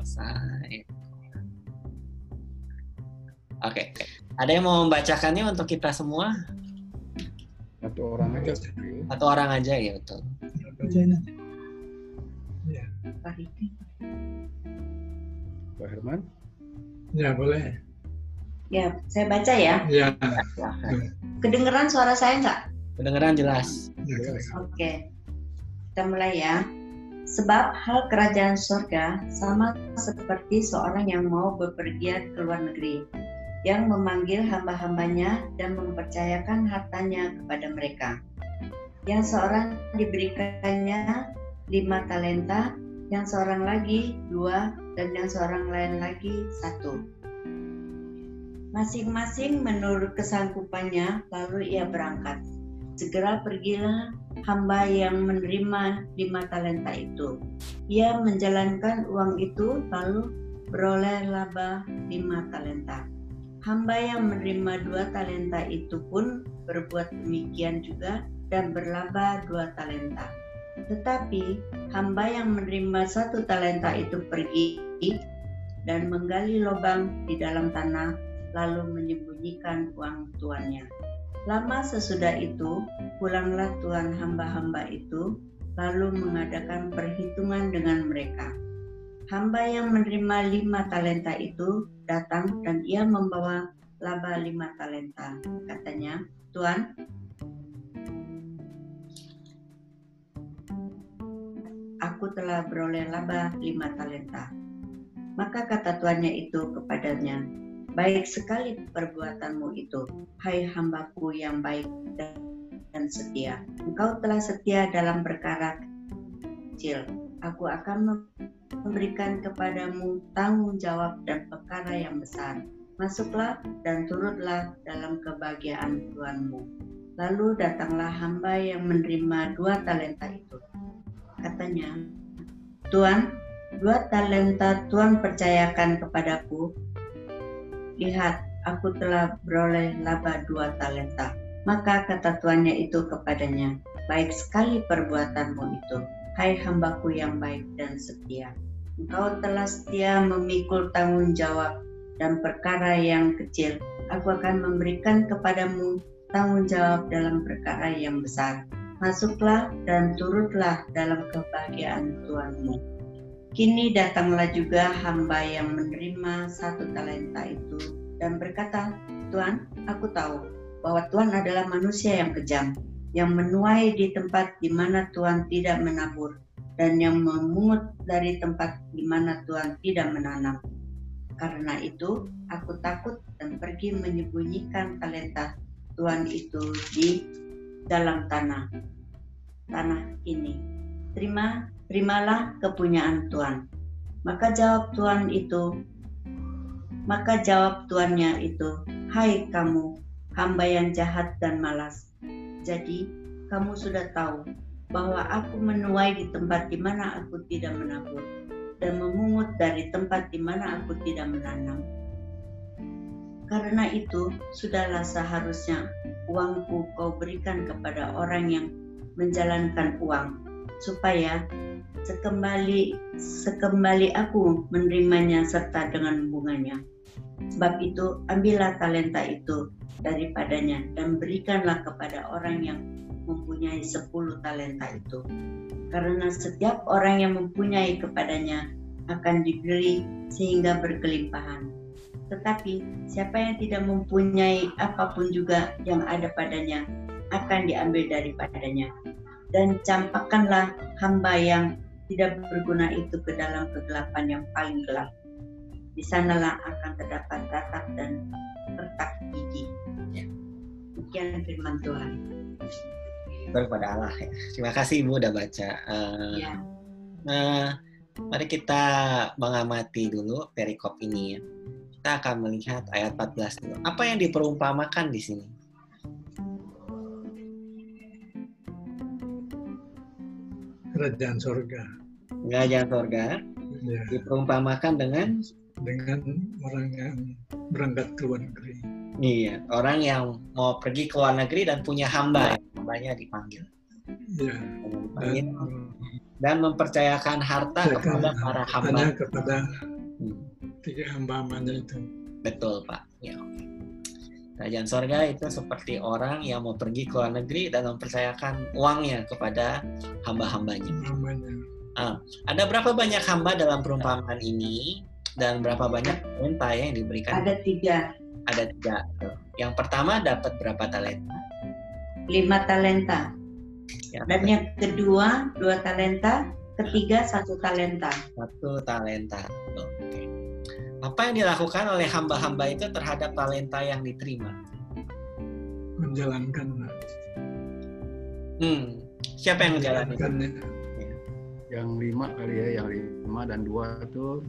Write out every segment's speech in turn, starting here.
selesai. Oke. Ada yang mau membacakannya untuk kita semua? Satu orang aja. Satu orang aja ya, betul. Bacain aja. Ya. Pak Herman? Ya, boleh. Ya, saya baca ya. Ya. Kedengeran suara saya nggak? Kedengeran jelas. Ya. Oke. Kita mulai ya. Sebab hal kerajaan surga sama seperti seorang yang mau bepergian ke luar negeri, yang memanggil hamba-hambanya dan mempercayakan hartanya kepada mereka. Yang seorang diberikannya 5 talenta, yang seorang lagi 2, dan yang seorang lain lagi 1. Masing-masing menurut kesanggupannya, lalu ia berangkat. Segera pergilah hamba yang menerima 5 talenta itu. Ia menjalankan uang itu, lalu beroleh laba 5 talenta. Hamba yang menerima 2 talenta itu pun berbuat demikian juga dan berlaba 2 talenta. Tetapi hamba yang menerima 1 talenta itu pergi dan menggali lubang di dalam tanah, lalu menyembunyikan uang tuannya. Lama sesudah itu, pulanglah tuan hamba-hamba itu, lalu mengadakan perhitungan dengan mereka. Hamba yang menerima 5 talenta itu datang dan ia membawa laba 5 talenta. Katanya, Tuan, aku telah beroleh laba 5 talenta. Maka kata tuannya itu kepadanya, baik sekali perbuatanmu itu, hai hambaku yang baik dan setia. Engkau telah setia dalam perkara kecil. Aku akan memberikan kepadamu tanggung jawab dan perkara yang besar. Masuklah dan turutlah dalam kebahagiaan Tuanmu. Lalu datanglah hamba yang menerima 2 talenta itu. Katanya, Tuan, 2 talenta Tuan percayakan kepadaku. Lihat, aku telah beroleh laba 2 talenta. Maka kata tuannya itu kepadanya, baik sekali perbuatanmu itu, hai hambaku yang baik dan setia. Engkau telah setia memikul tanggung jawab dan perkara yang kecil. Aku akan memberikan kepadamu tanggung jawab dalam perkara yang besar. Masuklah dan turutlah dalam kebahagiaan Tuanmu. Kini datanglah juga hamba yang menerima 1 talenta itu dan berkata, Tuan, aku tahu bahwa Tuan adalah manusia yang kejam, yang menuai di tempat di mana Tuan tidak menabur, dan yang memungut dari tempat di mana Tuan tidak menanam. Karena itu, aku takut dan pergi menyembunyikan talenta Tuan itu di dalam tanah ini. Terimalah kepunyaan Tuan. Maka jawab tuannya itu, hai kamu, hamba yang jahat dan malas. Jadi, kamu sudah tahu bahwa aku menuai di tempat di mana aku tidak menabur, dan memungut dari tempat di mana aku tidak menanam. Karena itu, sudahlah seharusnya uangku kau berikan kepada orang yang menjalankan uang, supaya sekembali aku menerimanya serta dengan bunganya. Sebab itu, ambillah talenta itu daripadanya dan berikanlah kepada orang yang mempunyai 10 talenta itu. Karena setiap orang yang mempunyai kepadanya akan diberi sehingga berkelimpahan. Tetapi siapa yang tidak mempunyai apapun juga yang ada padanya akan diambil daripadanya. Dan campakkanlah hamba yang tidak berguna itu ke dalam kegelapan yang paling gelap. Di sanalah akan terdapat ratap dan retak gigi. Demikian firman Tuhan. Kepada Allah ya. Terima kasih Ibu udah baca. Mari kita mengamati dulu perikop ini ya. Kita akan melihat ayat 14 dulu. Apa yang diperumpamakan di sini? Kerajaan surga. Kerajaan surga Ya. diperumpamakan dengan orang yang berangkat ke luar negeri. Iya, orang yang mau pergi ke luar negeri dan punya hamba, hambanya dipanggil. Ya. Dan mempercayakan harta kepada para hamba. Kepada tiga hamba-hambanya itu. Betul, Pak. Ya, oke. Kerajaan sorga itu seperti orang yang mau pergi ke luar negeri dan mempercayakan uangnya kepada hamba-hambanya. Hambanya. Ada berapa banyak hamba dalam perumpamaan ini dan berapa banyak talenta yang diberikan? Ada 3. Ada 3. Yang pertama dapat berapa talenta? 5 talenta. Dan yang kedua 2 talenta, ketiga 1 talenta. 1 talenta. Oke. Apa yang dilakukan oleh hamba-hamba itu terhadap talenta yang diterima? Menjalankan. Siapa yang menjalankan? Yang 5 kali ya, yang 5 dan 2 tuh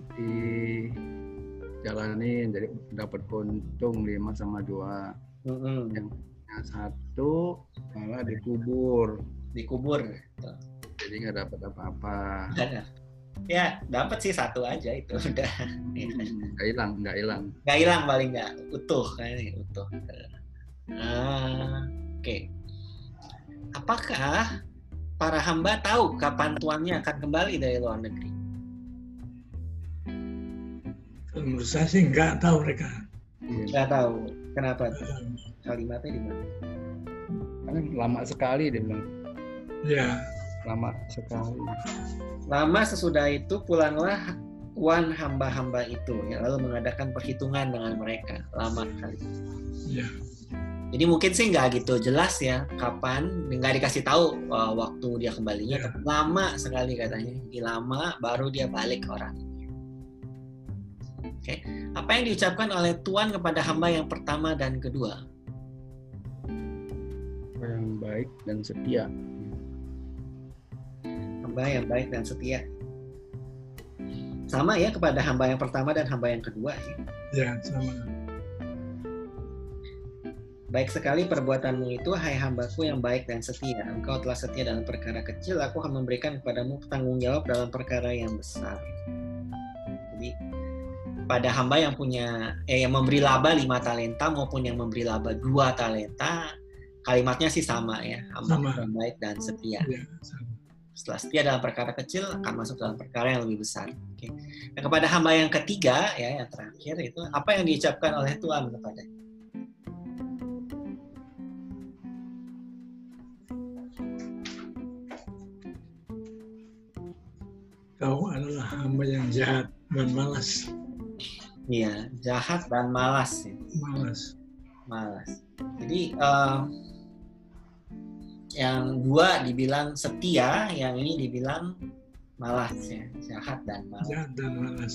dijalanin, jadi dapat untung 5 sama 2. Yang 1 malah dikubur. Jadi nggak dapat apa-apa. Ya, dapat sih 1 aja itu udah. Nggak hilang. Nggak hilang paling nggak utuh kayaknya utuh. Oke. Apakah para hamba tahu kapan tuannya akan kembali dari luar negeri? Menurut saya sih nggak tahu mereka. Nggak tahu. Kenapa? Kalimatnya di mana? Karena lama sekali dia bilang. Ya. Lama sekali. Lama sesudah itu pulanglah tuan hamba-hamba itu, ya, lalu mengadakan perhitungan dengan mereka. Lama sekali. Ya. Jadi mungkin sih nggak gitu jelas ya kapan, nggak dikasih tahu waktu dia kembalinya. Tapi lama sekali katanya. Jadi lama baru dia balik ke orang. Oke. Apa yang diucapkan oleh tuan kepada hamba yang pertama dan kedua? Yang baik dan setia. Hamba yang baik dan setia. Sama ya kepada hamba yang pertama dan hamba yang kedua ya. Ya, sama. Baik sekali perbuatanmu itu, hai hambaku yang baik dan setia. Engkau telah setia dalam perkara kecil, aku akan memberikan kepadamu tanggung jawab dalam perkara yang besar. Jadi pada hamba yang yang memberi laba 5 talenta maupun yang memberi laba 2 talenta, kalimatnya sih sama ya, hamba yang baik dan setia. Ya, sama. Setelah setia dalam perkara kecil akan masuk dalam perkara yang lebih besar. Oke. Nah, kepada hamba yang ketiga ya, yang terakhir itu apa yang diucapkan oleh Tuhan kepadanya? Kau adalah hamba yang jahat dan malas. Iya, jahat dan malas. Ya. Malas. Jadi yang 2 dibilang setia, yang ini dibilang malas ya, jahat dan malas. Jahat dan malas.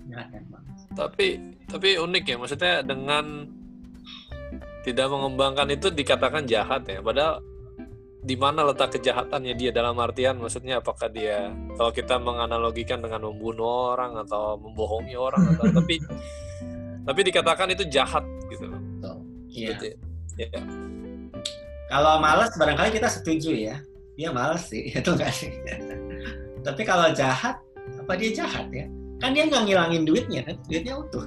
Tapi unik ya, maksudnya dengan tidak mengembangkan itu dikatakan jahat ya, padahal di mana letak kejahatannya dia, dalam artian maksudnya apakah dia, kalau kita menganalogikan dengan membunuh orang atau membohongi orang atau tapi dikatakan itu jahat gitu loh. Iya. Ya. Kalau malas barangkali kita setuju ya. Dia malas sih, itu enggak sih. Tapi kalau jahat, apa dia jahat ya? Kan dia nggak ngilangin duitnya kan, duitnya utuh.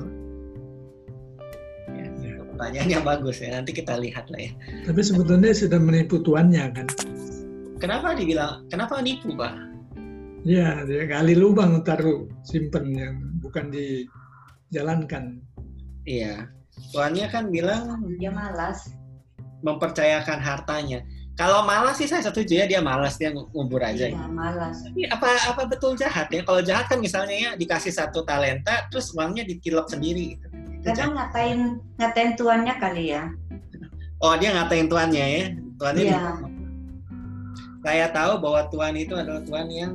Ya, pertanyaannya bagus ya, nanti kita lihat lah ya. Tapi sebetulnya sudah menipu tuannya kan. Kenapa nipu Pak? Ya, dia gali lubang taruh simpen yang bukan dijalankan. Iya, tuannya kan bilang Dia malas. mempercayakan hartanya. Kalau malas sih saya setuju ya, dia malas, dia ngubur aja. Iya, malas. Tapi apa betul jahat ya? Kalau jahat kan misalnya ya dikasih 1 talenta, terus uangnya ditilep sendiri. Gitu. Karena ngatain tuannya kali ya. Oh, dia ngatain tuannya ya? Tuannya Iya. Saya tahu bahwa Tuhan itu adalah Tuhan yang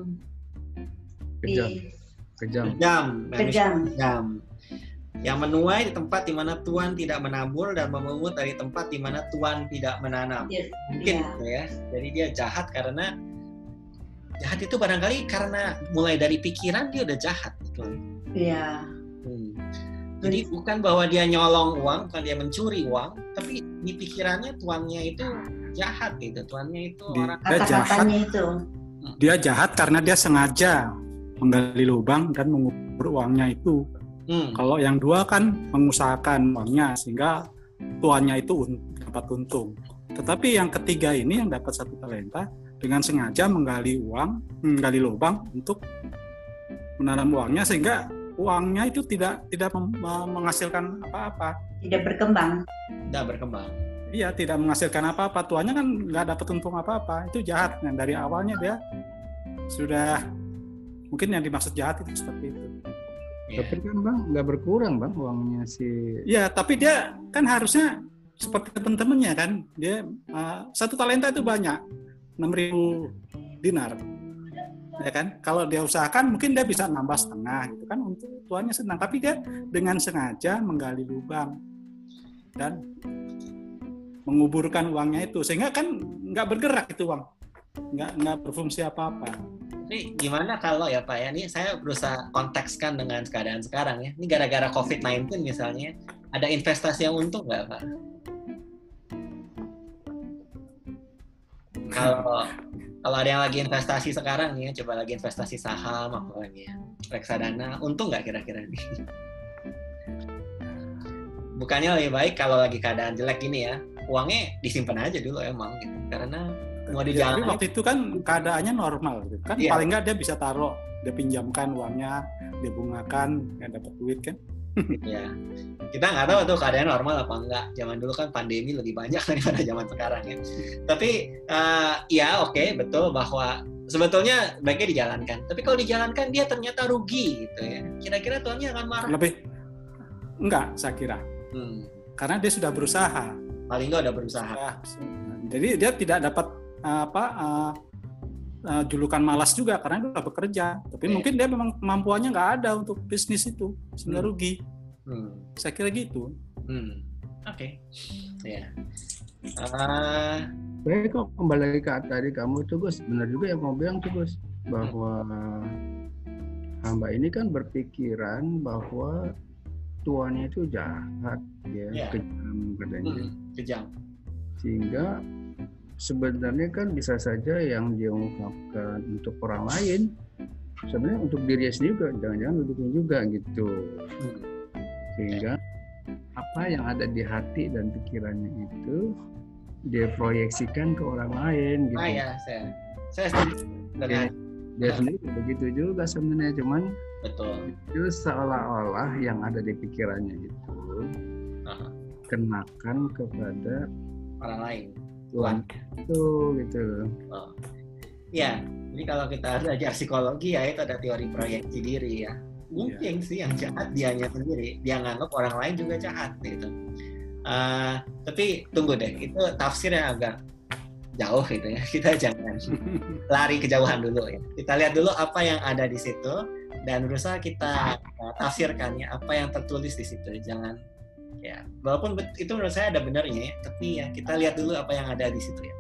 Kejam. kejam. Yang menuai di tempat di mana Tuhan tidak menabur dan memungut dari tempat di mana Tuhan tidak menanam. Iya. Mungkin gitu ya. Jadi dia jahat karena jahat itu barangkali karena mulai dari pikiran dia udah jahat. Iya. Jadi bukan bahwa dia nyolong uang, bukan dia mencuri uang, tapi di pikirannya tuannya itu jahat gitu. Tuannya itu orang Kata-katanya itu. Dia jahat karena dia sengaja menggali lubang dan mengubur uangnya itu. Kalau yang 2 kan mengusahakan uangnya sehingga tuannya itu dapat untung. Tetapi yang ketiga ini yang dapat 1 talenta dengan sengaja menggali lubang untuk menanam uangnya sehingga uangnya itu tidak menghasilkan apa-apa. Tidak berkembang. Iya, tidak menghasilkan apa-apa. Tuannya kan nggak dapat untung apa-apa. Itu jahat. Nah, dari awalnya dia sudah mungkin yang dimaksud jahat itu seperti itu. Tapi kan Bang nggak berkurang Bang uangnya sih. Iya, tapi dia kan harusnya seperti teman-temannya kan. Dia 1 talenta itu banyak, 6.000 dinar. Ya kan? Kalau dia usahakan mungkin dia bisa nambah setengah gitu kan, untuk tuannya senang. Tapi dia dengan sengaja menggali lubang dan menguburkan uangnya itu, sehingga kan nggak bergerak itu uang, nggak berfungsi apa-apa. Ini gimana kalau ya Pak ya, ini saya berusaha kontekskan dengan keadaan sekarang ya. Ini gara-gara COVID-19 misalnya, ada investasi yang untung nggak Pak? Kalau ada yang lagi investasi sekarang nih, coba lagi investasi saham apalagi ya, reksadana, untung nggak kira-kira nih? Bukannya lebih baik kalau lagi keadaan jelek gini ya, uangnya disimpan aja dulu emang gitu, karena mau dijalan. Tapi waktu itu kan keadaannya normal gitu kan, paling nggak dia bisa taruh, dia pinjamkan uangnya, dia bungakan, ya dapat duit kan. Ya, kita nggak tahu tuh keadaan normal apa enggak. Zaman dulu kan pandemi lebih banyak daripada zaman sekarang ya. Tapi ya oke, betul bahwa sebetulnya baiknya dijalankan. Tapi kalau dijalankan dia ternyata rugi gitu ya. Kira-kira tuannya akan marah? Enggak, saya kira. Karena dia sudah berusaha. Paling nggak udah berusaha. Jadi dia tidak dapat julukan malas juga karena dia sudah bekerja. Tapi mungkin dia memang kemampuannya nggak ada untuk bisnis itu, sehingga rugi. Saya kira gitu. Oke. Ya. Baik, kok kembali ke tadi kamu tuh Gus, benar juga yang kamu bilang tuh Gus, bahwa hamba ini kan berpikiran bahwa tuannya itu jahat ya, kejam katanya. Kejam. Sehingga sebenarnya kan bisa saja yang dia ungkapkan untuk orang lain sebenarnya untuk dirinya sendiri juga, jangan-jangan didukung juga gitu. Sehingga apa yang ada di hati dan pikirannya itu dia proyeksikan ke orang lain gitu. Saya setuju. Dia sendiri begitu juga sebenarnya, cuman betul. Itu seolah-olah yang ada di pikirannya itu kenakan kepada orang lain. Tuhan itu gitu. Ya, jadi kalau kita belajar psikologi ya itu ada teori proyeksi diri ya. Mungkin sih yang jahat dianya sendiri, dia nganggap orang lain juga jahat gitu. Tapi tunggu deh, itu tafsirnya agak jauh gitu ya. Kita jangan lari kejauhan dulu ya. Kita lihat dulu apa yang ada di situ dan berusaha kita tafsirkan ya apa yang tertulis di situ. Jangan ya, walaupun itu menurut saya ada benarnya ya, tapi ya kita lihat dulu apa yang ada di situ ya.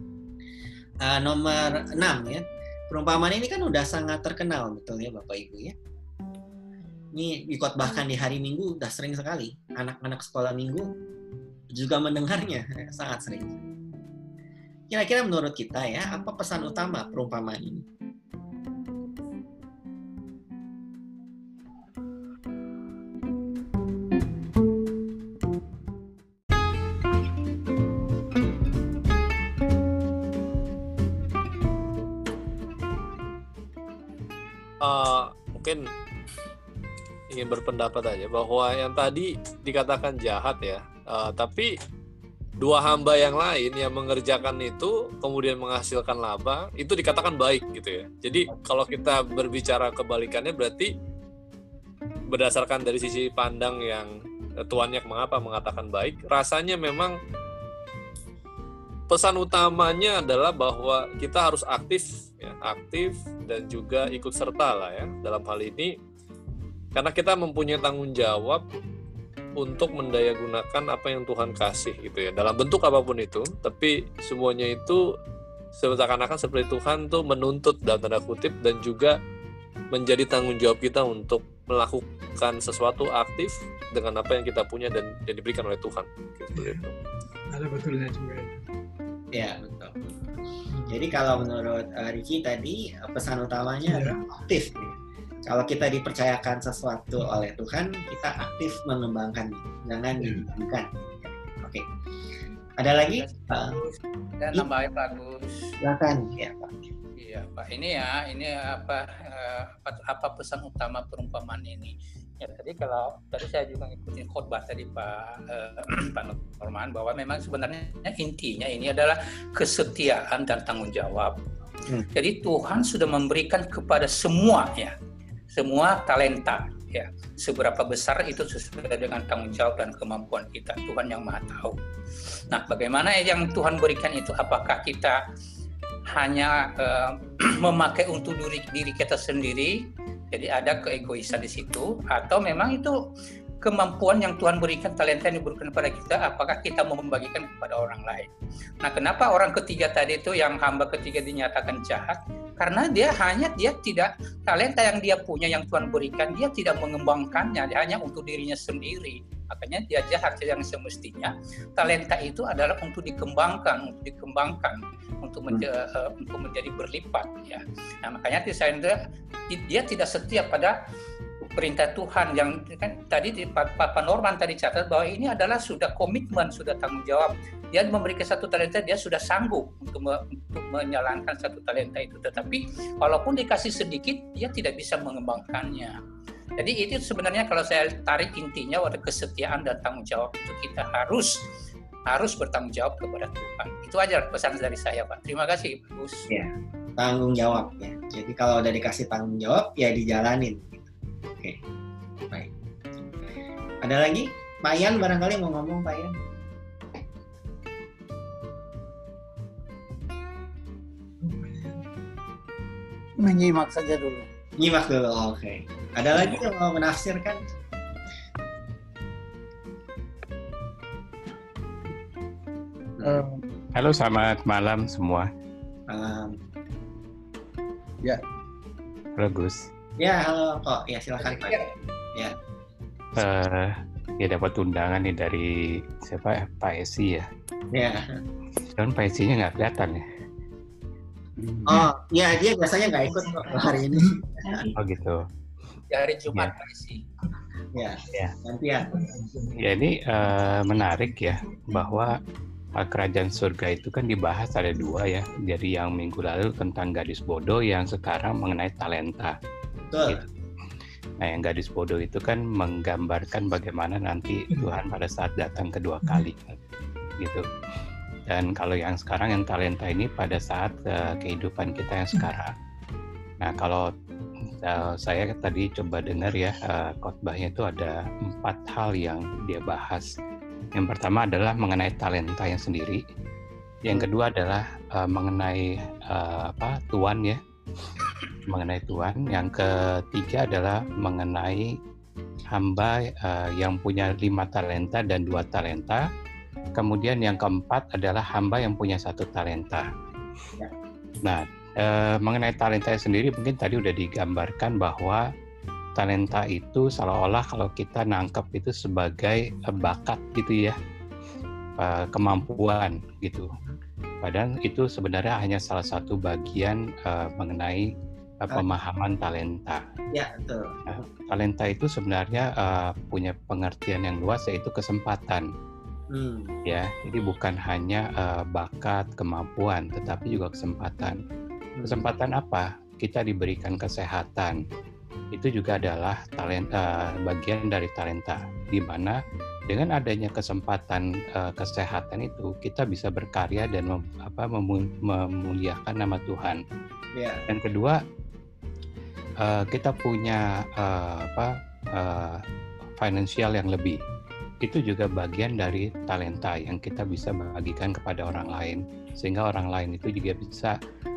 Nomor 6 ya, perumpamaan ini kan udah sangat terkenal betul ya Bapak Ibu ya. Ini dikotbahkan di hari Minggu udah sering sekali, anak-anak sekolah Minggu juga mendengarnya sangat sering. Kira-kira menurut kita ya, apa pesan utama perumpamaan ini? Mungkin ingin berpendapat aja bahwa yang tadi dikatakan jahat ya, tapi dua hamba yang lain yang mengerjakan itu kemudian menghasilkan laba itu dikatakan baik gitu ya. Jadi kalau kita berbicara kebalikannya berarti berdasarkan dari sisi pandang yang tuannya mengapa mengatakan baik, rasanya memang pesan utamanya adalah bahwa kita harus aktif dan juga ikut serta lah ya dalam hal ini, karena kita mempunyai tanggung jawab untuk mendayagunakan apa yang Tuhan kasih gitu ya, dalam bentuk apapun itu. Tapi semuanya itu seakan-akan seperti Tuhan tuh menuntut dalam tanda kutip, dan juga menjadi tanggung jawab kita untuk melakukan sesuatu aktif dengan apa yang kita punya dan yang diberikan oleh Tuhan gitu. Ada betulnya juga. Ya betul. Jadi kalau menurut Ricky tadi pesan utamanya adalah aktif. Kalau kita dipercayakan sesuatu oleh Tuhan, kita aktif mengembangkannya, jangan didiamkan. Oke. Ada lagi? Dan nambahin bagus. Silakan ya Pak. Iya. Iya Pak, ini apa pesan utama perumpamaan ini? Ya tadi saya juga ngikutin khotbah tadi Pak Norman, bahwa memang sebenarnya intinya ini adalah kesetiaan dan tanggung jawab. Jadi Tuhan sudah memberikan kepada semua talenta, ya, seberapa besar itu sesuai dengan tanggung jawab dan kemampuan kita. Tuhan yang Maha tahu. Nah, bagaimana yang Tuhan berikan itu? Apakah kita hanya memakai untuk diri kita sendiri? Jadi ada keegoisan di situ, atau memang itu kemampuan yang Tuhan berikan, talenta yang diberikan kepada kita, apakah kita mau membagikan kepada orang lain? Nah, kenapa orang ketiga tadi itu, yang hamba ketiga dinyatakan jahat? Karena dia tidak, talenta yang dia punya, yang Tuhan berikan, dia tidak mengembangkannya, dia hanya untuk dirinya sendiri. Makanya dia jahat. Yang semestinya talenta itu adalah untuk dikembangkan, untuk menjadi berlipat, ya. Nah, makanya dia tidak setia pada perintah Tuhan, yang kan tadi Pak Norman tadi catat bahwa ini adalah sudah komitmen, sudah tanggung jawab. Dia memberikan satu talenta, dia sudah sanggup untuk menjalankan satu talenta itu. Tetapi walaupun dikasih sedikit, dia tidak bisa mengembangkannya. Jadi itu sebenarnya kalau saya tarik intinya, pada kesetiaan dan tanggung jawab itu kita harus bertanggung jawab kepada Tuhan. Itu aja pesan dari saya, Pak. Terima kasih, Pak Gus. Ya, tanggung jawab ya. Jadi kalau udah dikasih tanggung jawab, ya dijalanin. Oke, baik. Ada lagi? Pak Yan barangkali mau ngomong, Pak Yan. Menyimak saja dulu. Nyimak dulu, oke. Ada lagi yang mau menafsirkan? Halo, selamat malam semua. Malam. Ya. Halo Gus. Ya, halo kok. Ya, silakan Pak. Ya. Ya dapat undangan nih dari siapa? Pak Esi ya. Ya. Dan Pak Esinya nggak kelihatan ya. Oh, ya dia biasanya nggak ikut kok hari ini. Oh gitu. Dari Jumat Pak Esi. Ya. Nanti ya. Ya ini menarik ya, bahwa kerajaan surga itu kan dibahas ada dua ya. Jadi yang minggu lalu tentang gadis bodoh, yang sekarang mengenai talenta. Betul. Gitu. Nah, yang gadis bodoh itu kan menggambarkan bagaimana nanti Tuhan pada saat datang kedua kali, gitu. Dan kalau yang sekarang, yang talenta ini pada saat kehidupan kita yang sekarang. Nah, kalau saya tadi coba dengar ya, khotbahnya itu ada 4 hal yang dia bahas. Yang pertama adalah mengenai talenta yang sendiri. Yang kedua adalah mengenai Tuhan ya, mengenai Tuhan. Yang ketiga adalah mengenai hamba yang punya 5 talenta dan 2 talenta. Kemudian yang keempat adalah hamba yang punya 1 talenta. Nah, mengenai talenta sendiri mungkin tadi udah digambarkan bahwa talenta itu seolah-olah kalau kita nangkep itu sebagai bakat gitu ya, kemampuan gitu. Padahal itu sebenarnya hanya salah satu bagian mengenai pemahaman talenta. Ya, betul. Nah, talenta itu sebenarnya punya pengertian yang luas, yaitu kesempatan. Ya, jadi bukan hanya bakat, kemampuan, tetapi juga kesempatan. Kesempatan apa? Kita diberikan kesehatan. Itu juga dah bagian dari talenta, di mana dengan adanya kesempatan kesehatan itu kita bisa berkarya dan memuliakan nama Tuhan. Yeah. Yang kedua, kita punya finansial yang lebih. Itu juga bagian dari talenta yang kita bisa bagikan kepada orang lain, sehingga orang lain itu juga bisa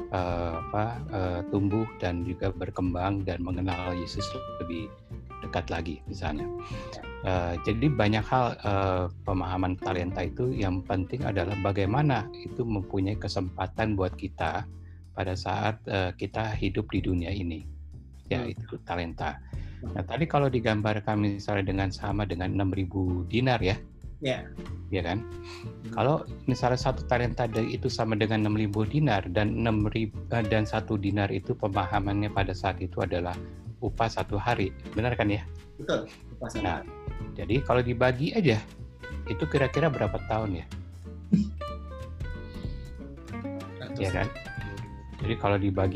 tumbuh dan juga berkembang dan mengenal Yesus lebih dekat lagi misalnya. Jadi banyak hal pemahaman talenta itu, yang penting adalah bagaimana itu mempunyai kesempatan buat kita pada saat kita hidup di dunia ini. Ya, itu talenta. Nah, tadi kalau digambarkan misalnya sama dengan 6.000 dinar ya. Ya. Ya kan? Kalau misalnya 1 talenta itu sama dengan 6.000 dinar, dan 1 dinar itu pemahamannya pada saat itu adalah upah 1 hari. Benar kan ya? Betul. Nah, jadi kalau dibagi aja, itu kira-kira berapa tahun ya? Ya kan? Jadi kalau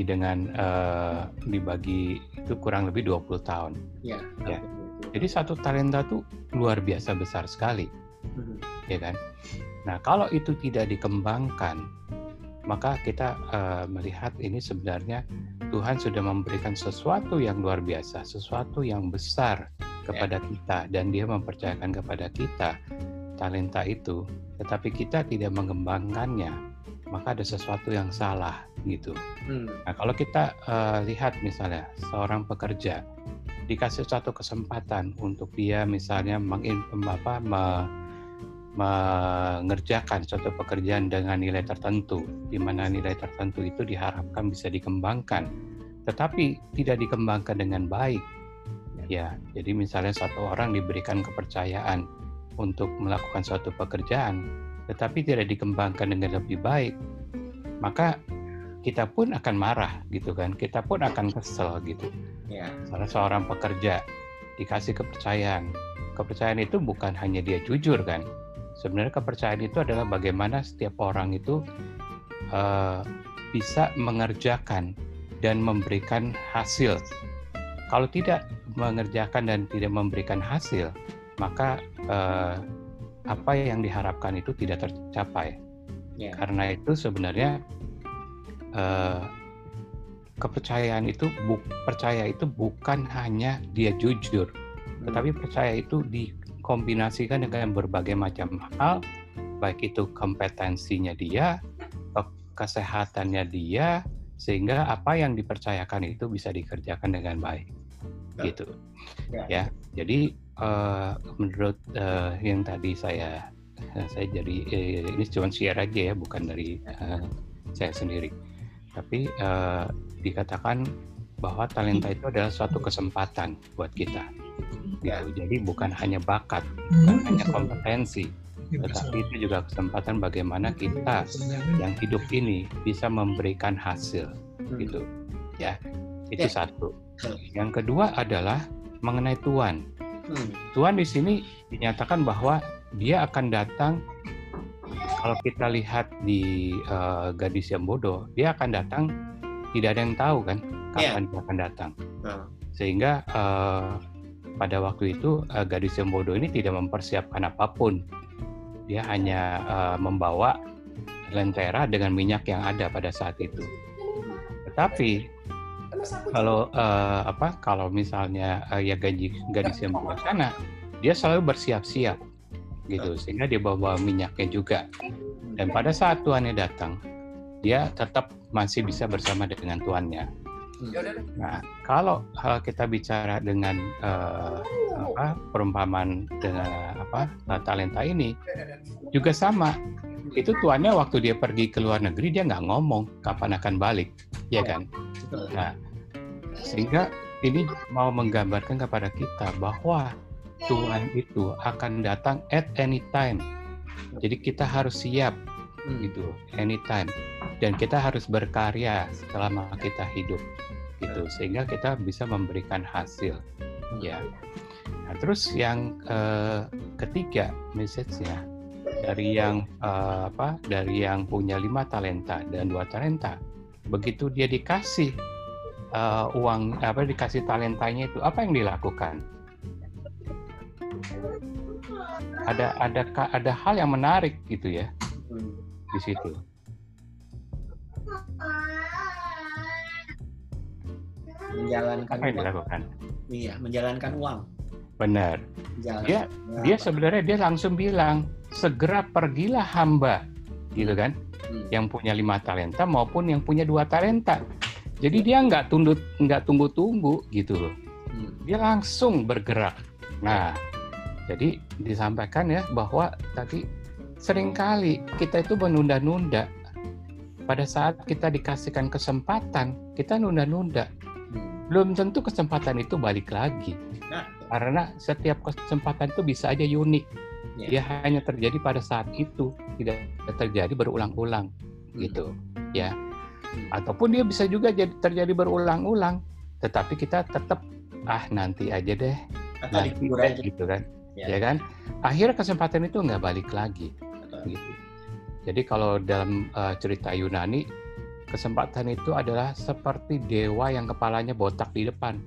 dibagi itu kurang lebih 20 tahun. Ya. Jadi satu talenta itu luar biasa besar sekali. Ya kan? Nah, kalau itu tidak dikembangkan, maka kita melihat ini sebenarnya Tuhan sudah memberikan sesuatu yang luar biasa, sesuatu yang besar kepada kita, dan Dia mempercayakan kepada kita talenta itu, tetapi kita tidak mengembangkannya, maka ada sesuatu yang salah gitu. Nah, kalau kita lihat misalnya seorang pekerja dikasih satu kesempatan untuk dia misalnya mengerjakan suatu pekerjaan dengan nilai tertentu, di mana nilai tertentu itu diharapkan bisa dikembangkan, tetapi tidak dikembangkan dengan baik. Ya, jadi misalnya satu orang diberikan kepercayaan untuk melakukan suatu pekerjaan, tetapi tidak dikembangkan dengan lebih baik, maka kita pun akan marah, gitu kan? Kita pun akan kesel, gitu. Salah seorang pekerja dikasih kepercayaan. Kepercayaan itu bukan hanya dia jujur, kan? Sebenarnya kepercayaan itu adalah bagaimana setiap orang itu bisa mengerjakan dan memberikan hasil. Kalau tidak mengerjakan dan tidak memberikan hasil, maka apa yang diharapkan itu tidak tercapai. Karena itu sebenarnya kepercayaan itu percaya itu bukan hanya dia jujur, tetapi percaya itu dikombinasikan dengan berbagai macam hal, baik itu kompetensinya dia, kesehatannya dia, sehingga apa yang dipercayakan itu bisa dikerjakan dengan baik, gitu. Ya, jadi menurut yang tadi saya jadi ini cuma share aja ya, bukan dari saya sendiri, tapi dikatakan bahwa talenta itu adalah suatu kesempatan buat kita, gitu. Jadi bukan hanya bakat, bukan hanya kompetensi, tetapi itu juga kesempatan bagaimana kita yang hidup ini bisa memberikan hasil, gitu. Ya, itu satu. Yang kedua adalah mengenai Tuhan. Tuhan di sini dinyatakan bahwa Dia akan datang. Kalau kita lihat di gadis yang bodoh, Dia akan datang, tidak ada yang tahu kan kapan Dia akan datang. Sehingga pada waktu itu gadis yang bodoh ini tidak mempersiapkan apapun. Dia hanya membawa lentera dengan minyak yang ada pada saat itu. Tetapi kalau misalnya gadis yang bijaksana, dia selalu bersiap-siap, gitu, sehingga dia bawa minyaknya juga. Dan pada saat tuannya datang, dia tetap masih bisa bersama dengan tuannya. Nah, kalau kita bicara dengan perumpamaan dengan talenta ini, juga sama. Itu tuannya waktu dia pergi ke luar negeri, dia nggak ngomong kapan akan balik, ya kan? Nah, sehingga ini mau menggambarkan kepada kita bahwa Tuhan itu akan datang at any time. Jadi kita harus siap, gitu, anytime. Dan kita harus berkarya selama kita hidup, gitu, sehingga kita bisa memberikan hasil, ya. Nah, terus yang ketiga message-nya dari yang punya 5 talenta dan 2 talenta, begitu dia dikasih dikasih talentanya itu, apa yang dilakukan? Ada hal yang menarik gitu ya di situ. Menjalankan apa yang dilakukan? Iya, menjalankan uang. Benar. Dia sebenarnya dia langsung bilang, segera pergilah hamba, gitu kan? Yang punya 5 talenta maupun yang punya 2 talenta. Jadi dia nggak tunggu-tunggu gitu loh. Dia langsung bergerak. Nah, jadi disampaikan ya bahwa tadi seringkali kita itu menunda-nunda. Pada saat kita dikasihkan kesempatan, kita nunda-nunda. Belum tentu kesempatan itu balik lagi. Karena setiap kesempatan itu bisa aja unik. Dia hanya terjadi pada saat itu, tidak terjadi berulang-ulang, gitu. Ya. Ataupun dia bisa juga terjadi berulang-ulang, tetapi kita tetap nanti aja deh, nanti deh, gitu kan, ya kan? Akhirnya kesempatan itu nggak balik lagi, gitu. Jadi kalau dalam cerita Yunani, kesempatan itu adalah seperti dewa yang kepalanya botak di depan.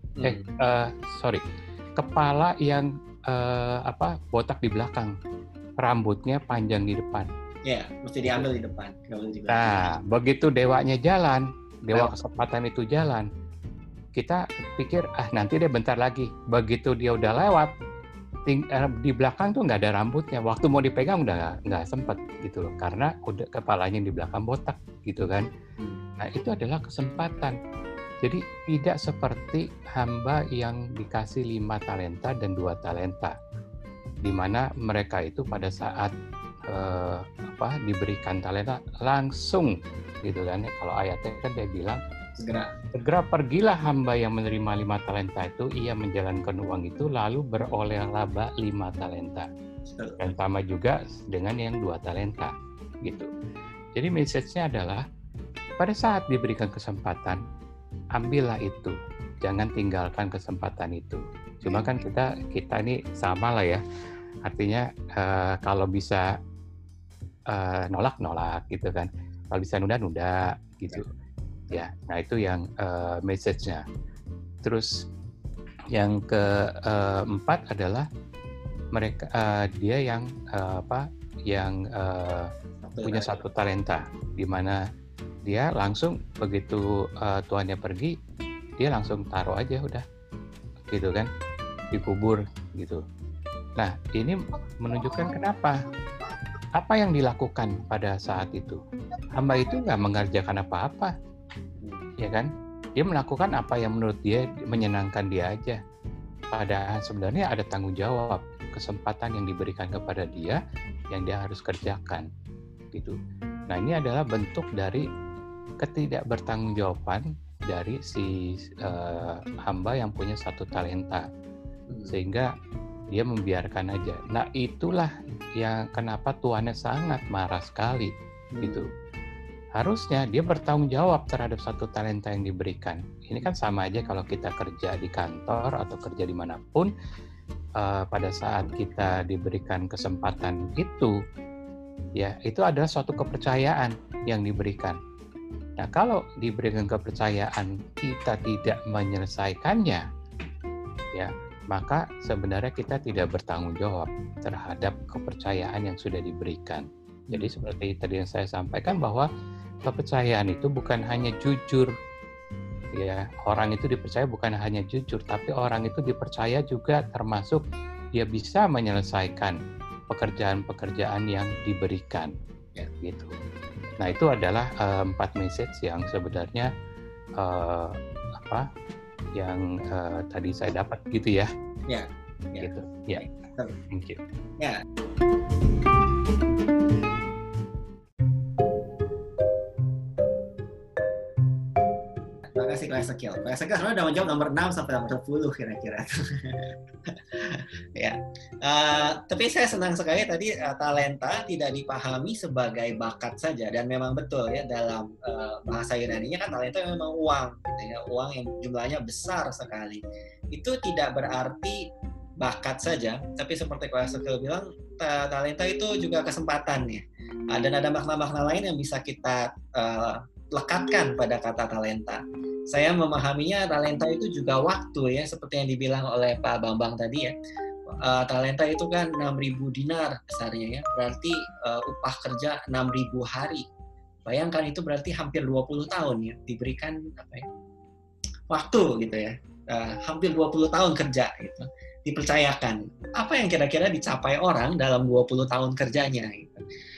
Kepala yang botak di belakang, rambutnya panjang di depan. Ya, mesti diambil di depan. Nah, begitu dewanya jalan, dewa kesempatan itu jalan, kita pikir nanti dia bentar lagi. Begitu dia udah lewat, di belakang tuh nggak ada rambutnya. Waktu mau dipegang udah nggak sempet gitu loh, karena udah kepalanya di belakang botak gitu kan. Nah, itu adalah kesempatan. Jadi tidak seperti hamba yang dikasih 5 talenta dan 2 talenta, di mana mereka itu pada saat diberikan talenta langsung gitu kan. Kalau ayatnya kan dia bilang segera pergilah hamba yang menerima 5 talenta itu, ia menjalankan uang itu lalu beroleh laba 5 talenta. Dan sama juga dengan yang 2 talenta gitu. Jadi message-nya adalah pada saat diberikan kesempatan, ambillah itu, jangan tinggalkan kesempatan itu. Cuma kan kita ini sama lah ya, artinya kalau bisa nolak gitu kan, kalau bisa nunda gitu ya. Nah itu yang message-nya. Terus yang keempat adalah mereka dia yang punya 1 talenta, di mana dia langsung begitu tuannya pergi, dia langsung taruh aja udah gitu kan, dikubur gitu. Nah ini menunjukkan kenapa, apa yang dilakukan pada saat itu. Hamba itu nggak mengerjakan apa-apa, ya kan? Dia melakukan apa yang menurut dia menyenangkan dia aja. Padahal sebenarnya ada tanggung jawab, kesempatan yang diberikan kepada dia yang dia harus kerjakan, gitu. Nah ini adalah bentuk dari ketidakbertanggungjawaban dari si hamba yang punya 1 talenta, sehingga dia membiarkan aja. Nah itulah yang kenapa tuannya sangat marah sekali gitu. Harusnya dia bertanggung jawab terhadap 1 talenta yang diberikan. Ini kan sama aja kalau kita kerja di kantor atau kerja dimanapun, pada saat kita diberikan kesempatan itu, ya itu adalah suatu kepercayaan yang diberikan. Nah kalau diberikan kepercayaan kita tidak menyelesaikannya, ya maka sebenarnya kita tidak bertanggung jawab terhadap kepercayaan yang sudah diberikan. Jadi seperti tadi yang saya sampaikan, bahwa kepercayaan itu bukan hanya jujur, ya orang itu dipercaya bukan hanya jujur, tapi orang itu dipercaya juga termasuk dia bisa menyelesaikan pekerjaan-pekerjaan yang diberikan, ya, gitu. Nah itu adalah 4 message yang sebenarnya yang tadi saya dapat gitu ya. Ya. Gitu. Ya. Thank you. Ya. Terima kasih Pak Ezekiel. Pak Ezekiel sebenarnya udah menjawab nomor 6 sampai nomor 10 kira-kira. Ya. Tapi saya senang sekali tadi talenta tidak dipahami sebagai bakat saja, dan memang betul ya dalam bahasa Yunani-nya kan talenta memang uang, gitu ya, uang yang jumlahnya besar sekali. Itu tidak berarti bakat saja, tapi seperti Pak Ezekiel bilang, talenta itu juga kesempatan ya. Dan ada makna-makna lain yang bisa kita lekatkan pada kata talenta. Saya memahaminya talenta itu juga waktu ya, seperti yang dibilang oleh Pak Bambang tadi ya. Talenta itu kan 6.000 dinar besarnya ya, berarti upah kerja 6.000 hari. Bayangkan itu berarti hampir 20 tahun ya diberikan waktu gitu ya. Hampir 20 tahun kerja gitu. Dipercayakan. Apa yang kira-kira dicapai orang dalam 20 tahun kerjanya gitu.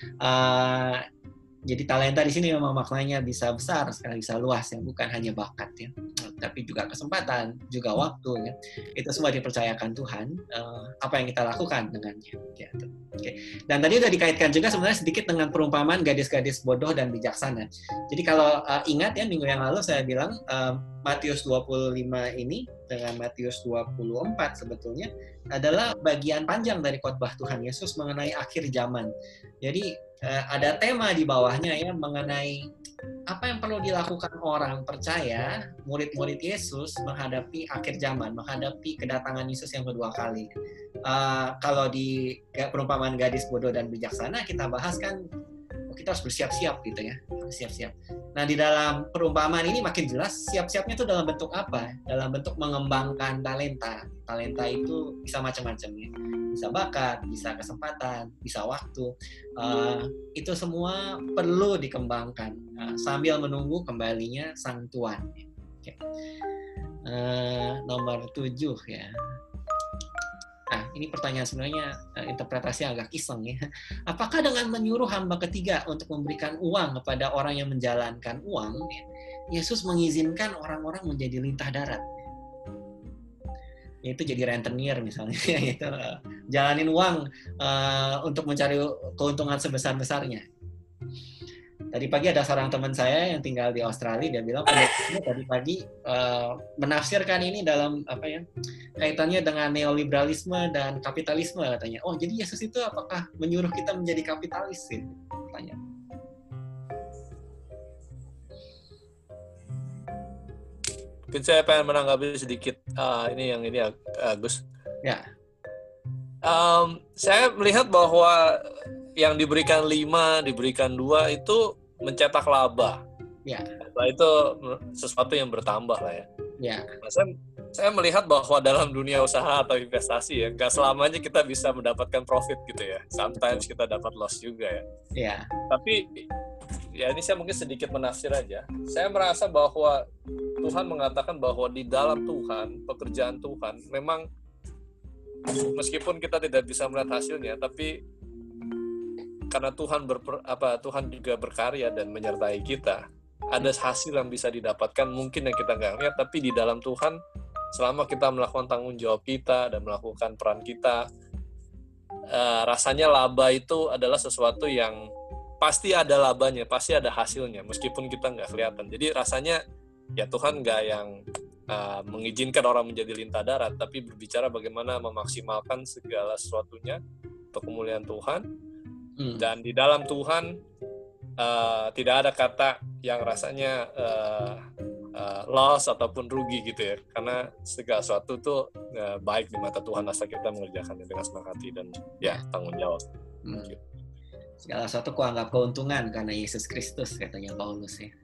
Jadi talenta di sini memang maknanya bisa besar sekali, bisa luas ya, bukan hanya bakat ya, tapi juga kesempatan, juga waktu ya. Itu semua dipercayakan Tuhan. Apa yang kita lakukan dengannya. Ya, okay. Dan tadi sudah dikaitkan juga sebenarnya sedikit dengan perumpamaan gadis-gadis bodoh dan bijaksana. Jadi kalau ingat ya, minggu yang lalu saya bilang Matius 25 ini dengan Matius 24 sebetulnya adalah bagian panjang dari khotbah Tuhan Yesus mengenai akhir zaman. Jadi ada tema di bawahnya ya mengenai apa yang perlu dilakukan orang percaya, murid-murid Yesus menghadapi akhir zaman, menghadapi kedatangan Yesus yang kedua kali. Kalau di perumpamaan gadis bodoh dan bijaksana kita bahas kan kita harus bersiap-siap gitu ya, siap-siap. Nah di dalam perumpamaan ini makin jelas siap-siapnya itu dalam bentuk apa? Dalam bentuk mengembangkan talenta. Talenta itu bisa macam-macam ya, bisa bakat, bisa kesempatan, bisa waktu. Itu semua perlu dikembangkan sambil menunggu kembalinya Sang Tuhan. Oke. Nomor 7 ya. Nah, ini pertanyaan sebenarnya interpretasi agak iseng ya. Apakah dengan menyuruh hamba ketiga untuk memberikan uang kepada orang yang menjalankan uang, Yesus mengizinkan orang-orang menjadi lintah darat? Yaitu jadi rentenir misalnya, yaitu jalanin uang untuk mencari keuntungan sebesar-besarnya. Tadi pagi ada seorang teman saya yang tinggal di Australia, dia bilang tadi pagi menafsirkan ini dalam kaitannya dengan neoliberalisme dan kapitalisme katanya. Oh, jadi Yesus itu apakah menyuruh kita menjadi kapitalis? Pertanyaan. Mungkin saya pengen menanggapi sedikit ini Agus. Ya. Saya melihat bahwa yang diberikan 5, diberikan 2 itu mencetak laba. Ya. Laba itu sesuatu yang bertambah lah ya. Ya. Nah, saya melihat bahwa dalam dunia usaha atau investasi ya, nggak selamanya kita bisa mendapatkan profit gitu ya. Sometimes kita dapat loss juga ya. Ya. Tapi ya ini saya mungkin sedikit menafsir aja. Saya merasa bahwa Tuhan mengatakan bahwa di dalam Tuhan, pekerjaan Tuhan memang meskipun kita tidak bisa melihat hasilnya, tapi karena Tuhan juga berkarya dan menyertai kita, ada hasil yang bisa didapatkan mungkin yang kita nggak lihat, tapi di dalam Tuhan selama kita melakukan tanggung jawab kita dan melakukan peran kita, rasanya laba itu adalah sesuatu yang pasti ada labanya, pasti ada hasilnya meskipun kita nggak kelihatan. Jadi rasanya ya Tuhan nggak yang mengizinkan orang menjadi lintah darat, tapi berbicara bagaimana memaksimalkan segala sesuatunya untuk kemuliaan Tuhan. Dan di dalam Tuhan tidak ada kata yang rasanya loss ataupun rugi gitu ya, karena segala sesuatu itu baik di mata Tuhan asal kita mengerjakannya dengan senang hati dan ya tanggung jawab. Segala sesuatu kuanggap keuntungan karena Yesus Kristus, katanya Paulus ya.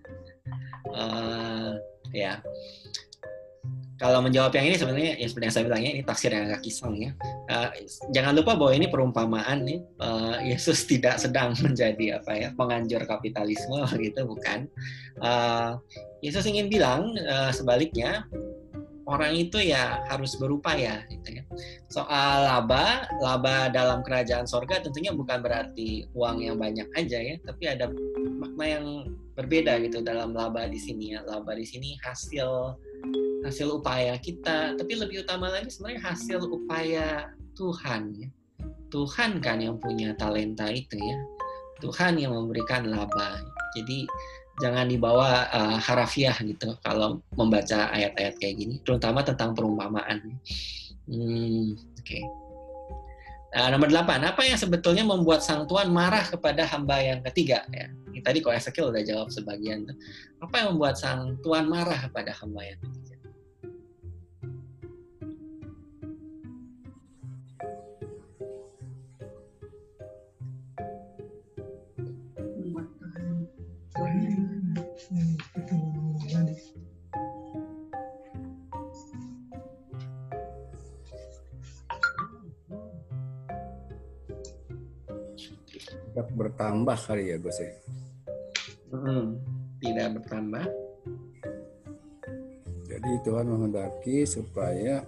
Ya. Kalau menjawab yang ini sebenarnya ya seperti yang saya bilangnya ini tafsir yang agak kisang ya. Jangan lupa bahwa ini perumpamaan nih. Yesus tidak sedang menjadi penganjur kapitalisme gitu, bukan. Yesus ingin bilang sebaliknya, orang itu ya harus berupaya gitu ya. Soal laba dalam kerajaan sorga tentunya bukan berarti uang yang banyak aja ya, tapi ada makna yang berbeda gitu dalam laba di sini ya. Laba di sini hasil upaya kita, tapi lebih utama lagi sebenarnya hasil upaya Tuhan ya. Tuhan kan yang punya talenta itu ya. Tuhan yang memberikan laba. Jadi jangan dibawa harafiah gitu kalau membaca ayat-ayat kayak gini, terutama tentang perumpamaan. Oke. Nomor 8, apa yang sebetulnya membuat Sang Tuhan marah kepada hamba yang ketiga ya? Ini tadi kok Ezekiel udah jawab sebagian. Apa yang membuat Sang Tuhan marah kepada hamba yang ketiga? Tidak bertambah kali ya Gus ya? Tidak bertambah. Jadi Tuhan menghendaki supaya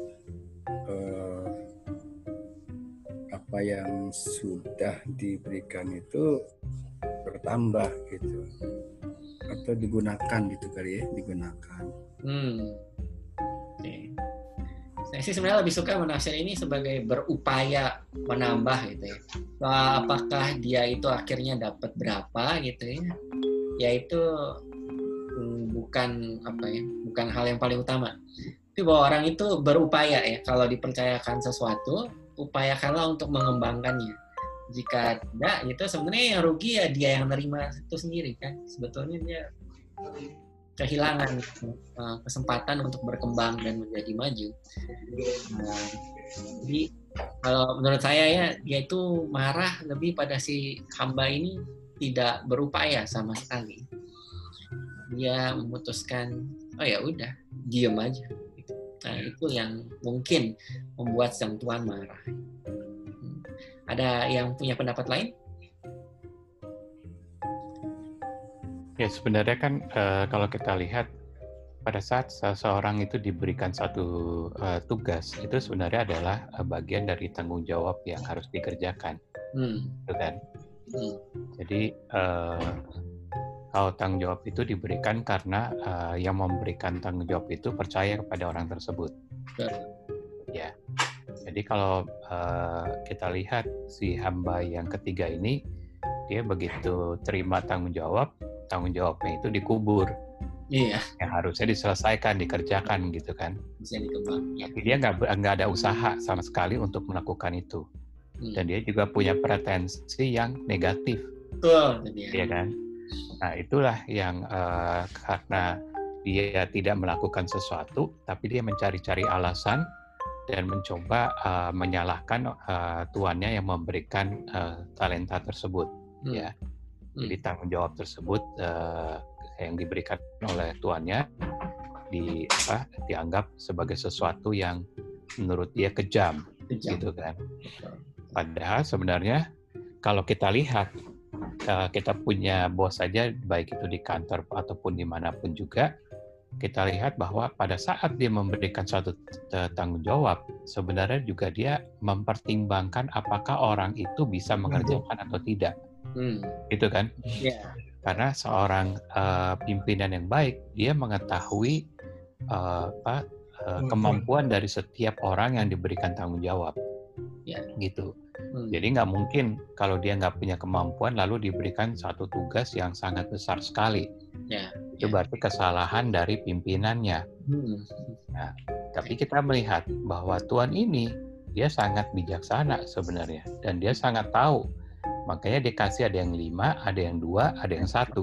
apa yang sudah diberikan itu bertambah gitu, atau digunakan gitu kali ya, digunakan. Okay. Saya sih sebenarnya lebih suka menafsir ini sebagai berupaya menambah gitu ya. Apakah dia itu akhirnya dapat berapa gitu ya? Ya itu bukan bukan hal yang paling utama. Tapi bahwa orang itu berupaya ya, kalau dipercayakan sesuatu, upayakanlah untuk mengembangkannya. Jika tidak, itu sebenarnya yang rugi ya dia yang nerima itu sendiri kan. Sebetulnya dia kehilangan kesempatan untuk berkembang dan menjadi maju. Jadi kalau menurut saya ya, dia itu marah lebih pada si hamba ini tidak berupaya sama sekali. Dia memutuskan, oh ya udah, diem aja. Nah, itu yang mungkin membuat sang Tuhan marah. Ada yang punya pendapat lain? Ya, sebenarnya kan kalau kita lihat pada saat seseorang itu diberikan satu tugas, itu sebenarnya adalah bagian dari tanggung jawab yang harus dikerjakan, gitu kan? Jadi kalau tanggung jawab itu diberikan karena yang memberikan tanggung jawab itu percaya kepada orang tersebut. Ya, jadi kalau kita lihat si hamba yang ketiga ini, dia begitu terima tanggung jawabnya itu dikubur. Iya. Yang harusnya diselesaikan, dikerjakan gitu kan. Bisa dikembang. Ya. Tapi dia nggak ada usaha sama sekali untuk melakukan itu. Dan dia juga punya pretensi yang negatif. Betul. Iya kan? Nah itulah yang karena dia tidak melakukan sesuatu, tapi dia mencari-cari alasan dan mencoba menyalahkan tuannya yang memberikan talenta tersebut. Ya. Jadi tanggung jawab tersebut yang diberikan oleh tuannya dianggap sebagai sesuatu yang menurut dia kejam. Gitu kan. Padahal sebenarnya kalau kita lihat kita punya bos saja, baik itu di kantor ataupun dimanapun juga, kita lihat bahwa pada saat dia memberikan suatu tanggung jawab, sebenarnya juga dia mempertimbangkan apakah orang itu bisa mengerjakan atau tidak. Gitu kan? Yeah. Karena seorang pimpinan yang baik, dia mengetahui kemampuan dari setiap orang yang diberikan tanggung jawab. Yeah. Gitu. Jadi nggak mungkin kalau dia nggak punya kemampuan lalu diberikan satu tugas yang sangat besar sekali. Yeah. Itu berarti kesalahan dari pimpinannya. Nah, tapi kita melihat bahwa Tuhan ini dia sangat bijaksana sebenarnya dan dia sangat tahu. Makanya dikasih ada yang 5, ada yang 2, ada yang 1.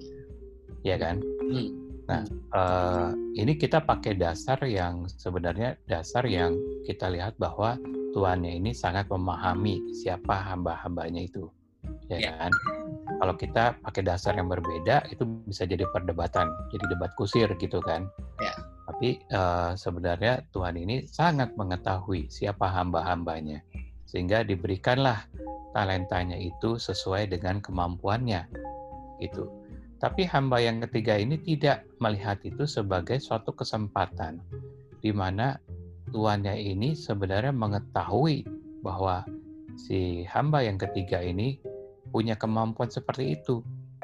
Ya kan? Nah, ini kita pakai dasar yang sebenarnya dasar yang kita lihat bahwa Tuhannya ini sangat memahami siapa hamba-hambanya itu. Ya kan? Kalau kita pakai dasar yang berbeda, itu bisa jadi perdebatan, jadi debat kusir gitu kan. Tapi sebenarnya Tuhan ini sangat mengetahui siapa hamba-hambanya. Sehingga diberikanlah talentanya itu sesuai dengan kemampuannya gitu. Tapi hamba yang ketiga ini tidak melihat itu sebagai suatu kesempatan di mana tuannya ini sebenarnya mengetahui bahwa si hamba yang ketiga ini punya kemampuan seperti itu.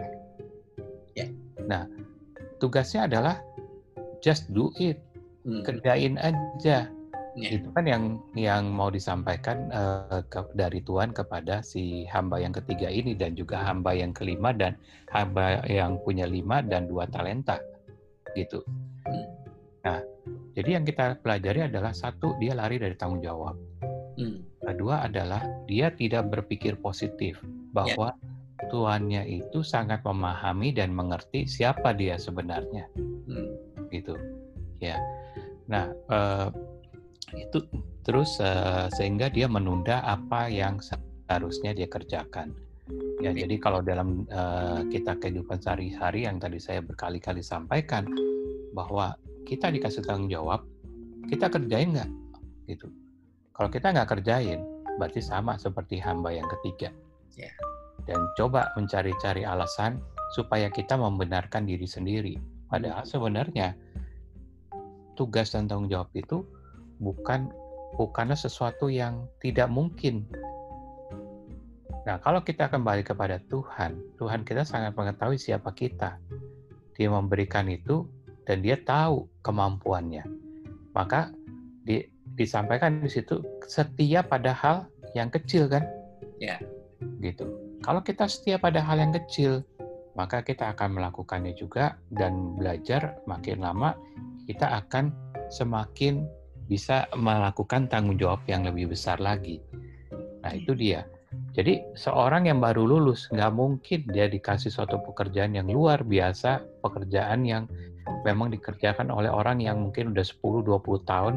Nah, tugasnya adalah just do it. Kerjain aja. Itu kan yang mau disampaikan dari Tuhan kepada si hamba yang ketiga ini dan juga hamba yang kelima dan hamba yang punya 5 dan 2 talenta gitu. Nah, jadi yang kita pelajari adalah satu, dia lari dari tanggung jawab. Kedua adalah dia tidak berpikir positif bahwa tuannya itu sangat memahami dan mengerti siapa dia sebenarnya. Gitu. Ya. Nah, itu terus sehingga dia menunda apa yang seharusnya dia kerjakan. Ya, jadi kalau dalam kita kehidupan sehari-hari yang tadi saya berkali-kali sampaikan bahwa kita dikasih tanggung jawab, kita kerjain nggak? Gitu. Kalau kita nggak kerjain, berarti sama seperti hamba yang ketiga. Dan coba mencari-cari alasan supaya kita membenarkan diri sendiri. Padahal sebenarnya tugas dan tanggung jawab itu bukanlah sesuatu yang tidak mungkin. Nah, kalau kita kembali kepada Tuhan, Tuhan kita sangat mengetahui siapa kita. Dia memberikan itu dan dia tahu kemampuannya. Maka disampaikan di situ setia pada hal yang kecil kan? Gitu. Kalau kita setia pada hal yang kecil, maka kita akan melakukannya juga dan belajar makin lama kita akan semakin bisa melakukan tanggung jawab yang lebih besar lagi. Nah, itu dia. Jadi, seorang yang baru lulus, nggak mungkin dia dikasih suatu pekerjaan yang luar biasa, pekerjaan yang memang dikerjakan oleh orang yang mungkin udah 10-20 tahun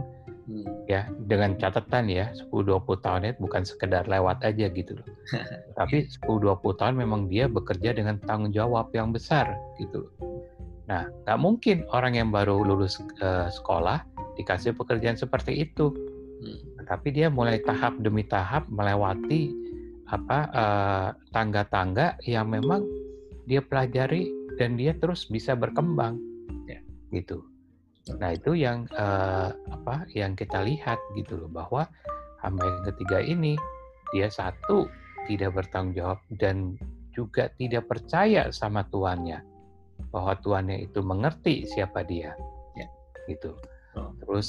Ya, dengan catatan ya 10-20 tahun itu bukan sekedar lewat aja gitu loh. Tapi 10-20 tahun memang dia bekerja dengan tanggung jawab yang besar gitu. Nah, nggak mungkin orang yang baru lulus sekolah dikasih pekerjaan seperti itu. Tapi dia mulai tahap demi tahap melewati tangga-tangga yang memang dia pelajari dan dia terus bisa berkembang gitu. Nah, itu yang yang kita lihat gitu loh, bahwa hamba yang ketiga ini dia satu tidak bertanggung jawab dan juga tidak percaya sama tuannya, bahwa tuannya itu mengerti siapa dia, gitu. Terus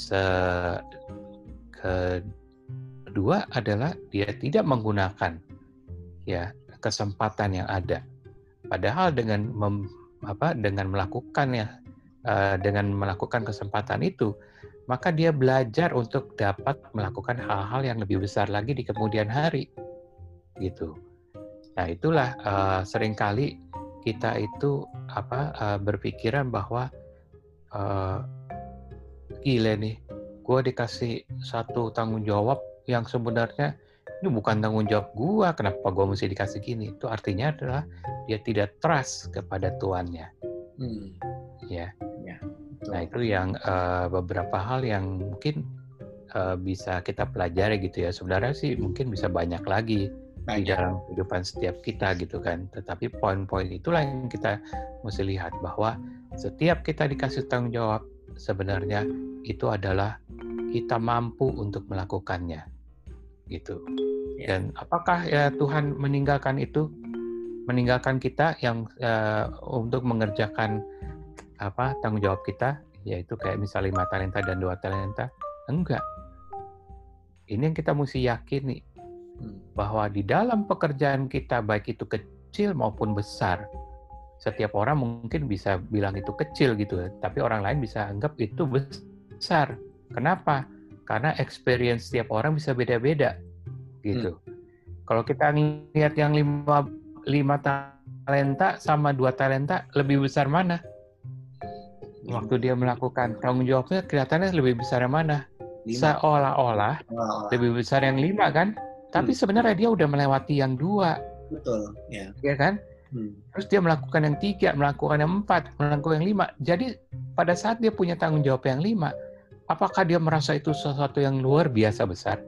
kedua adalah dia tidak menggunakan kesempatan yang ada, padahal dengan melakukannya. Dengan melakukan kesempatan itu, maka dia belajar untuk dapat melakukan hal-hal yang lebih besar lagi di kemudian hari, gitu. Nah, itulah seringkali kita itu berpikiran bahwa gila nih, gue dikasih satu tanggung jawab yang sebenarnya ini bukan tanggung jawab gue, kenapa gue mesti dikasih gini? Itu artinya adalah dia tidak trust kepada tuannya. Ya. Nah, itu yang beberapa hal yang mungkin bisa kita pelajari gitu ya. Sebenarnya sih mungkin bisa banyak lagi di dalam kehidupan setiap kita gitu kan. Tetapi poin-poin itulah yang kita mesti lihat, bahwa setiap kita dikasih tanggung jawab sebenarnya itu adalah kita mampu untuk melakukannya gitu. Dan apakah Tuhan meninggalkan kita yang untuk mengerjakan tanggung jawab kita, yaitu kayak misalnya 5 talenta dan 2 talenta? Enggak. Ini yang kita mesti yakini, bahwa di dalam pekerjaan kita, baik itu kecil maupun besar, setiap orang mungkin bisa bilang itu kecil gitu, tapi orang lain bisa anggap itu besar. Kenapa? Karena experience setiap orang bisa beda-beda gitu. Kalau kita lihat yang 5 talenta sama 2 talenta, lebih besar mana? Waktu dia melakukan tanggung jawabnya kelihatannya lebih besar yang mana? 5. Seolah-olah lebih besar yang 5 kan? Tapi sebenarnya dia udah melewati yang 2. Betul, ya. Ya kan? Terus dia melakukan yang 3, melakukan yang 4, melakukan yang 5. Jadi pada saat dia punya tanggung jawab yang 5, apakah dia merasa itu sesuatu yang luar biasa besar?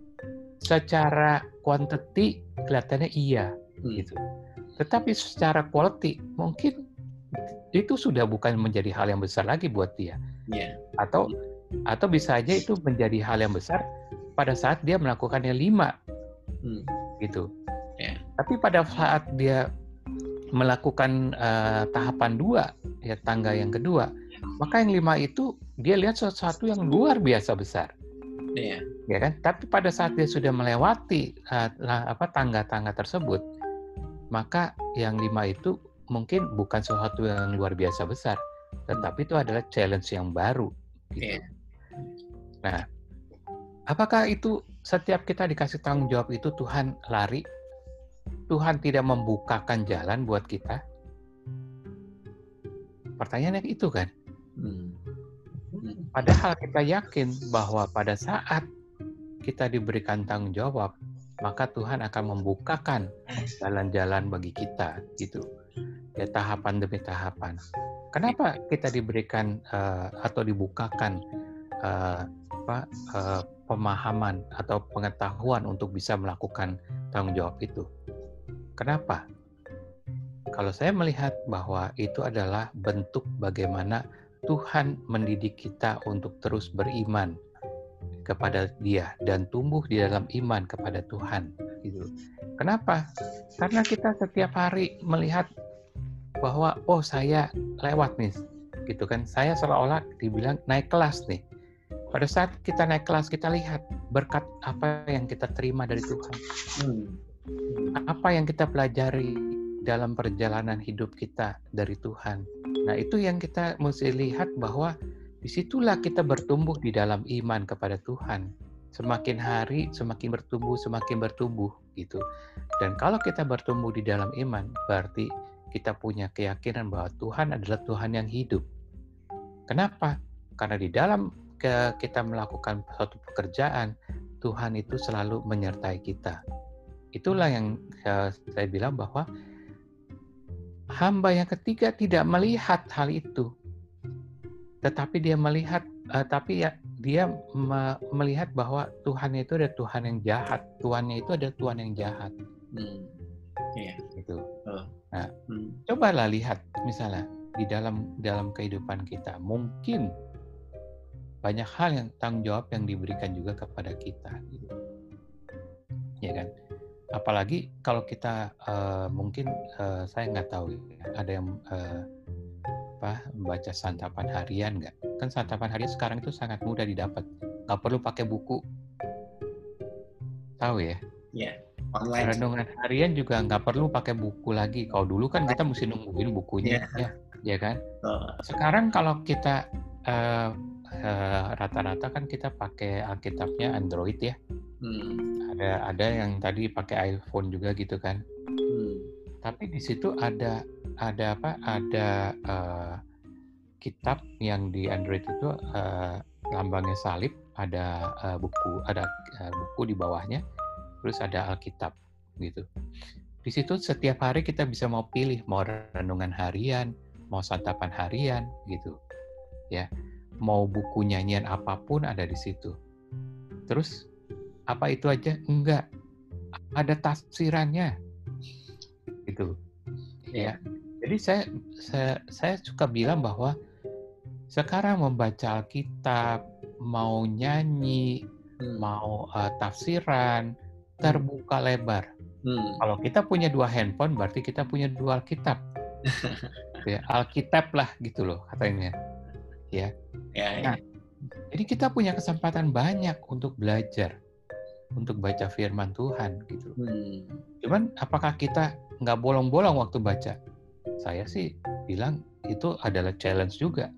Secara quantity kelihatannya iya, gitu. Tetapi secara quality mungkin itu sudah bukan menjadi hal yang besar lagi buat dia. Atau bisa aja itu menjadi hal yang besar pada saat dia melakukannya 5, gitu. Tapi pada saat dia melakukan tahapan 2, ya tangga yang kedua, maka yang 5 itu dia lihat sesuatu yang luar biasa besar. Ya kan? Tapi pada saat dia sudah melewati tangga-tangga tersebut, maka yang 5 itu mungkin bukan sesuatu yang luar biasa besar, tetapi itu adalah challenge yang baru. Gitu. Nah, apakah itu setiap kita dikasih tanggung jawab itu Tuhan lari? Tuhan tidak membukakan jalan buat kita? Pertanyaannya itu kan? Padahal kita yakin bahwa pada saat kita diberikan tanggung jawab, maka Tuhan akan membukakan jalan-jalan bagi kita, gitu. Ya, tahapan demi tahapan. Kenapa kita diberikan atau dibukakan pemahaman atau pengetahuan untuk bisa melakukan tanggung jawab itu? Kenapa? Kalau saya melihat bahwa itu adalah bentuk bagaimana Tuhan mendidik kita untuk terus beriman kepada Dia dan tumbuh di dalam iman kepada Tuhan. Gitu. Kenapa? Karena kita setiap hari melihat bahwa saya lewat nih, gitu kan? Saya seolah-olah dibilang naik kelas nih. Pada saat kita naik kelas, kita lihat berkat apa yang kita terima dari Tuhan. Apa yang kita pelajari dalam perjalanan hidup kita dari Tuhan. Nah, itu yang kita mesti lihat, bahwa disitulah kita bertumbuh di dalam iman kepada Tuhan. Semakin hari, semakin bertumbuh, gitu. Dan kalau kita bertumbuh di dalam iman, berarti kita punya keyakinan bahwa Tuhan adalah Tuhan yang hidup. Kenapa? Karena di dalam kita melakukan suatu pekerjaan, Tuhan itu selalu menyertai kita. Itulah yang saya bilang bahwa hamba yang ketiga tidak melihat hal itu, tetapi dia melihat, melihat bahwa Tuhan itu ada Tuhan yang jahat, Tuhannya itu ada Tuhan yang jahat. Gitu. Nah, cobalah lihat misalnya di dalam kehidupan kita, mungkin banyak hal yang tanggung jawab yang diberikan juga kepada kita, gitu. Ya kan? Apalagi kalau kita mungkin saya nggak tahu ya, ada yang membaca santapan harian nggak? Kan santapan harian sekarang itu sangat mudah didapat, nggak perlu pakai buku. Tahu ya? Iya. Online. Renungan harian juga nggak perlu pakai buku lagi. Kalau dulu kan kita mesti nungguin bukunya, ya kan? Sekarang kalau kita rata-rata kan kita pakai Alkitabnya Android ya. Ada yang tadi pakai iPhone juga gitu kan. Tapi di situ ada kitab yang di Android itu lambangnya salib, ada buku di bawahnya, terus ada Alkitab gitu. Di situ setiap hari kita bisa mau pilih mau renungan harian, mau santapan harian gitu. Ya. Mau buku nyanyian apapun ada di situ. Terus apa itu aja? Enggak. Ada tafsirannya. Gitu. Ya. Jadi saya suka bilang bahwa sekarang membaca Alkitab, mau nyanyi, mau tafsiran, terbuka lebar. Kalau kita punya 2 handphone, berarti kita punya 2 Alkitab. Ya, Alkitab lah gitu loh katanya. Ya. Nah, jadi kita punya kesempatan banyak untuk belajar, untuk baca firman Tuhan gitu. Cuman apakah kita nggak bolong-bolong waktu baca? Saya sih bilang itu adalah challenge juga.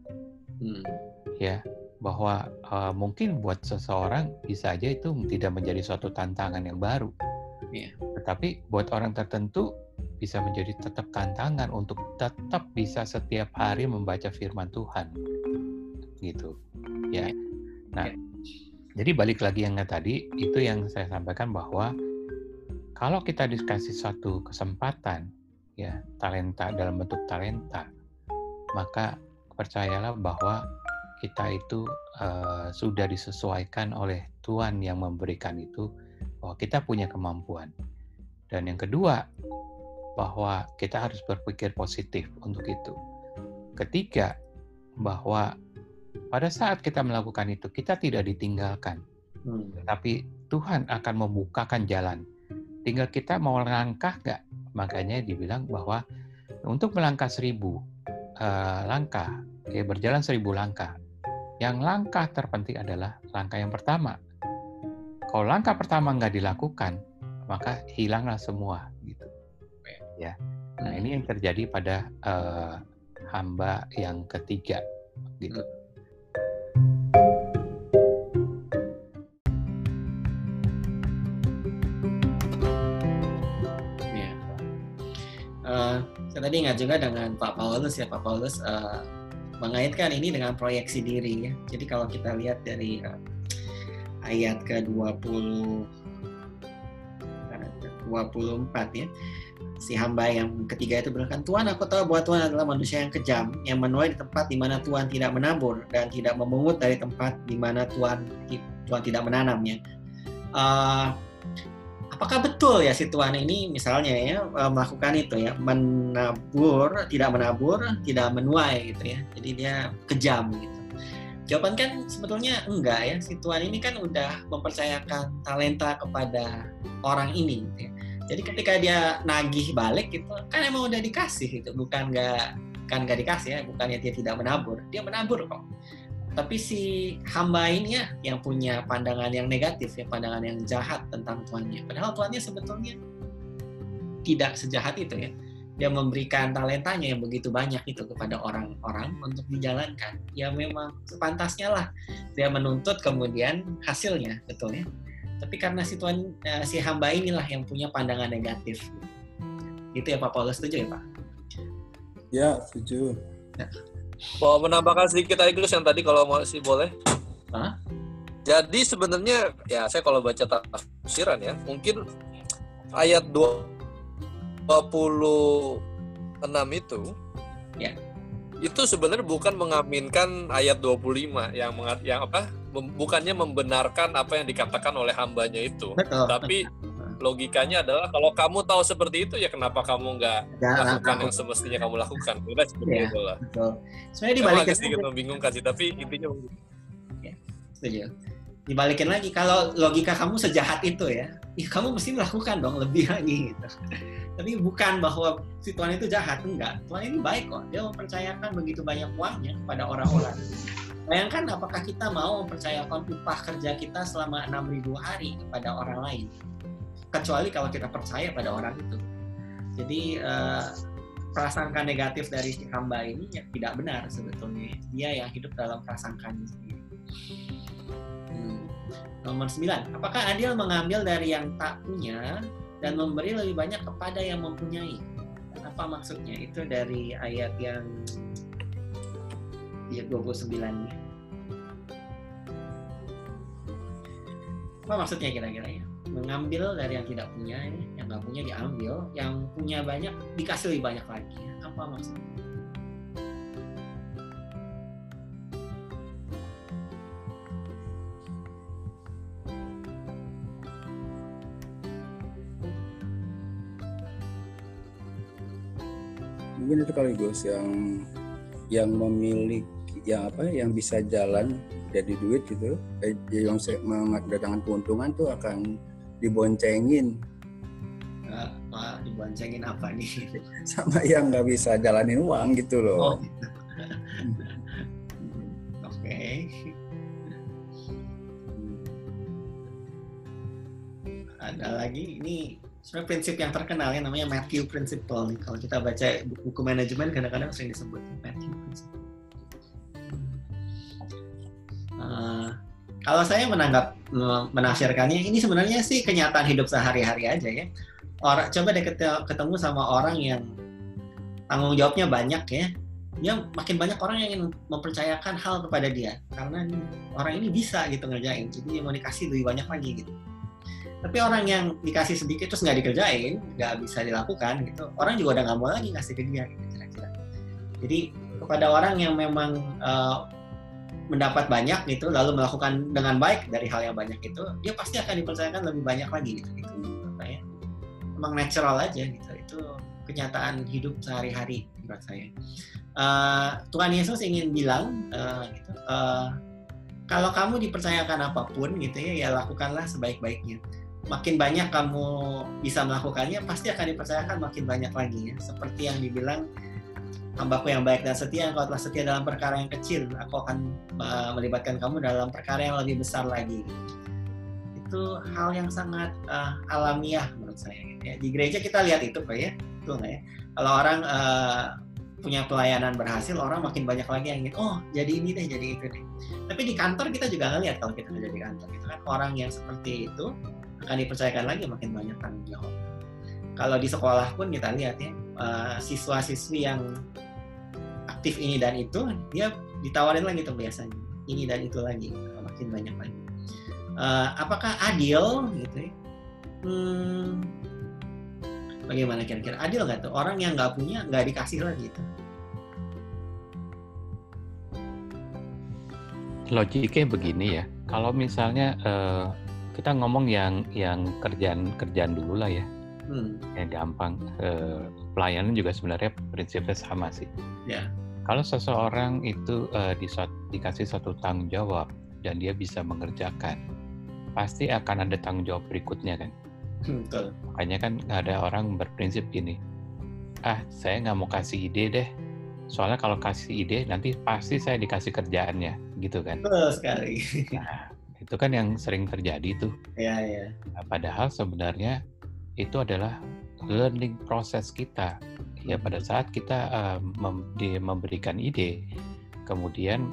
Ya, bahwa mungkin buat seseorang bisa aja itu tidak menjadi suatu tantangan yang baru. Tetapi buat orang tertentu bisa menjadi tetap tantangan untuk tetap bisa setiap hari membaca firman Tuhan. Gitu. Ya. Nah, jadi balik lagi yang tadi, itu yang saya sampaikan bahwa kalau kita dikasih suatu kesempatan, ya, talenta dalam bentuk talenta, maka percayalah bahwa kita itu sudah disesuaikan oleh Tuhan yang memberikan itu, bahwa kita punya kemampuan. Dan yang kedua, bahwa kita harus berpikir positif untuk itu. Ketiga, bahwa pada saat kita melakukan itu, kita tidak ditinggalkan. Tapi Tuhan akan membukakan jalan. Tinggal kita mau langkah nggak? Makanya dibilang bahwa untuk melangkah 1000 langkah, berjalan 1000 langkah. Yang langkah terpenting adalah langkah yang pertama. Kalau langkah pertama nggak dilakukan, maka hilanglah semua. Gitu. Ya. Nah, ini yang terjadi pada hamba yang ketiga. Gitu. Saya tadi ingat juga dengan Pak Paulus ya, Pak Paulus mengaitkan ini dengan proyeksi diri ya. Jadi kalau kita lihat dari ayat ke-24 ya, si hamba yang ketiga itu berkata, Tuhan, aku tahu bahwa Tuhan adalah manusia yang kejam, yang menuai di tempat di mana Tuhan tidak menabur dan tidak memungut dari tempat di mana Tuhan tidak menanamnya. Apakah betul ya si Tuhan ini misalnya ya melakukan itu ya, tidak menabur, tidak menuai gitu ya. Jadi dia kejam gitu. Jawaban kan sebetulnya enggak ya. Si Tuhan ini kan udah mempercayakan talenta kepada orang ini gitu ya. Jadi ketika dia nagih balik gitu kan emang udah dikasih gitu, bukan nggak dikasih ya, bukannya dia tidak menabur, dia menabur kok. Tapi si hamba ini ya yang punya pandangan yang negatif ya, pandangan yang jahat tentang tuannya. Padahal tuannya sebetulnya tidak sejahat itu ya. Dia memberikan talentanya yang begitu banyak itu kepada orang-orang untuk dijalankan. Ya memang sepantasnya lah dia menuntut kemudian hasilnya, betul ya. Tapi karena si hamba inilah yang punya pandangan negatif. Itu ya Pak Paulus, setuju ya Pak? Ya, setuju. Mau menambahkan sedikit lagi Gus yang tadi kalau masih boleh? Jadi sebenarnya ya saya kalau baca tafsiran ya, mungkin ayat 26 itu ya. Itu sebenarnya bukan mengaminkan ayat 25 yang bukannya membenarkan apa yang dikatakan oleh hambanya itu. Betul. Tapi logikanya adalah kalau kamu tahu seperti itu ya kenapa kamu nggak lakukan yang semestinya kamu lakukan. Udah seperti itu lah. Betul. Sebenarnya dibalikin sedikit membingungkan sih, tapi intinya ya, setuju. Dibalikin lagi, kalau logika kamu sejahat itu ya kamu mesti melakukan dong lebih lagi gitu. Tapi bukan bahwa si Tuhan itu jahat, enggak. Tuhan ini baik kok. Dia mempercayakan begitu banyak uangnya kepada orang-orang. Bayangkan apakah kita mau mempercayakan upah kerja kita selama 6.000 hari kepada orang lain. Kecuali kalau kita percaya pada orang itu. Jadi prasangka negatif dari si hamba ini ya tidak benar sebetulnya. Dia yang hidup dalam prasangkanya sendiri. Nomor 9. Apakah adil mengambil dari yang tak punya dan memberi lebih banyak kepada yang mempunyai? Apa maksudnya? Itu dari ayat yang 29-nya. Apa maksudnya kira-kira ya? Mengambil dari yang tidak punya, yang nggak punya diambil, yang punya banyak dikasih lebih banyak lagi. Apa maksudnya? Mungkin itu kali Gus yang memiliki yang bisa jalan jadi duit gitu, yang mendatangkan keuntungan tuh akan diboncengin. Diboncengin apa nih? Sama yang nggak bisa jalanin uang gitu loh. Oke. Ada lagi ini. Sebenarnya prinsip yang terkenal ya namanya Matthew Principle nih. Kalau kita baca buku manajemen kadang-kadang sering disebut Matthew Principle. Kalau saya menafsirkannya ini sebenarnya sih kenyataan hidup sehari-hari aja ya. Coba deh ketemu sama orang yang tanggung jawabnya banyak ya. Dia makin banyak orang yang ingin mempercayakan hal kepada dia karena orang ini bisa gitu ngerjain. Jadi dia mau dikasih lebih banyak lagi gitu. Tapi orang yang dikasih sedikit terus nggak dikerjain, nggak bisa dilakukan gitu, orang juga udah nggak mau lagi ngasih ke dia gitu kira-kira. Jadi kepada orang yang memang mendapat banyak gitu, lalu melakukan dengan baik dari hal yang banyak itu, dia pasti akan dipercayakan lebih banyak lagi gitu. Apa ya? Emang natural aja gitu. Itu kenyataan hidup sehari-hari menurut saya. Tuhan Yesus ingin bilang gitu, kalau kamu dipercayakan apapun gitu ya lakukanlah sebaik-baiknya. Makin banyak kamu bisa melakukannya, pasti akan dipercayakan makin banyak lagi ya. Seperti yang dibilang, hambaku yang baik dan setia, engkau telah setia dalam perkara yang kecil, aku akan melibatkan kamu dalam perkara yang lebih besar lagi. Itu hal yang sangat alamiah menurut saya. Ya. Di gereja kita lihat itu Pak ya, betul nggak ya? Kalau orang punya pelayanan berhasil, orang makin banyak lagi yang ingin, jadi ini deh, jadi itu deh. Tapi di kantor kita juga ngelihat kalau kita kerja di kantor, itu kan orang yang seperti itu akan dipercayakan lagi makin banyak tanggung jawab. Kalau di sekolah pun kita lihat ya, siswa-siswi yang aktif ini dan itu, dia ditawarin lagi tuh biasanya, ini dan itu lagi, makin banyak lagi. Apakah adil gitu ya? Bagaimana kira-kira? Adil nggak tuh? Orang yang nggak punya nggak dikasih lagi tuh. Logiknya begini ya, kalau misalnya kita ngomong yang kerjaan dulu lah ya, yang gampang. Pelayanan juga sebenarnya prinsipnya sama sih. Yeah. Kalau seseorang itu dikasih satu tanggung jawab dan dia bisa mengerjakan, pasti akan ada tanggung jawab berikutnya kan. Betul. Makanya kan ada orang berprinsip gini, saya nggak mau kasih ide deh, soalnya kalau kasih ide nanti pasti saya dikasih kerjaannya, gitu kan. Betul sekali. Nah, itu kan yang sering terjadi tuh. Iya. Nah, padahal sebenarnya itu adalah learning proses kita. Ya pada saat kita memberikan ide, kemudian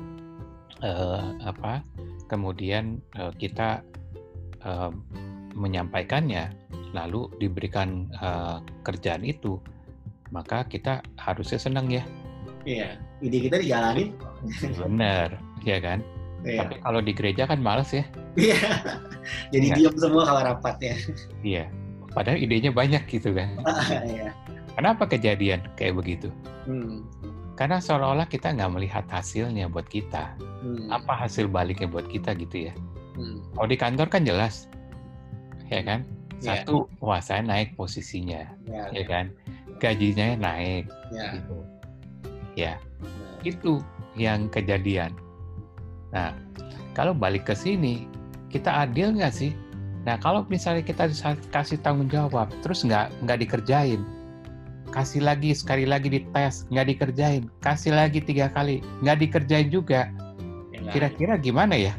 kita menyampaikannya, lalu diberikan kerjaan itu, maka kita harusnya senang ya. Iya, ide kita dijalanin. Benar, ya kan? Tapi kalau di gereja kan males ya. Iya. Jadi diam semua kalau rapat ya. Iya. Padahal idenya banyak gitu kan. Iya. Kenapa kejadian kayak begitu? Karena seolah-olah kita nggak melihat hasilnya buat kita. Apa hasil baliknya buat kita gitu ya. Kalau di kantor kan jelas. Ya kan? Satu, wah saya naik posisinya. Ya kan? Gajinya naik. Gitu. Ya. Itu yang kejadian. Nah, kalau balik ke sini, kita adil nggak sih? Nah, kalau misalnya kita kasih tanggung jawab, terus nggak dikerjain, kasih lagi, sekali lagi dites, nggak dikerjain, kasih lagi 3 kali, nggak dikerjain juga, kira-kira gimana ya?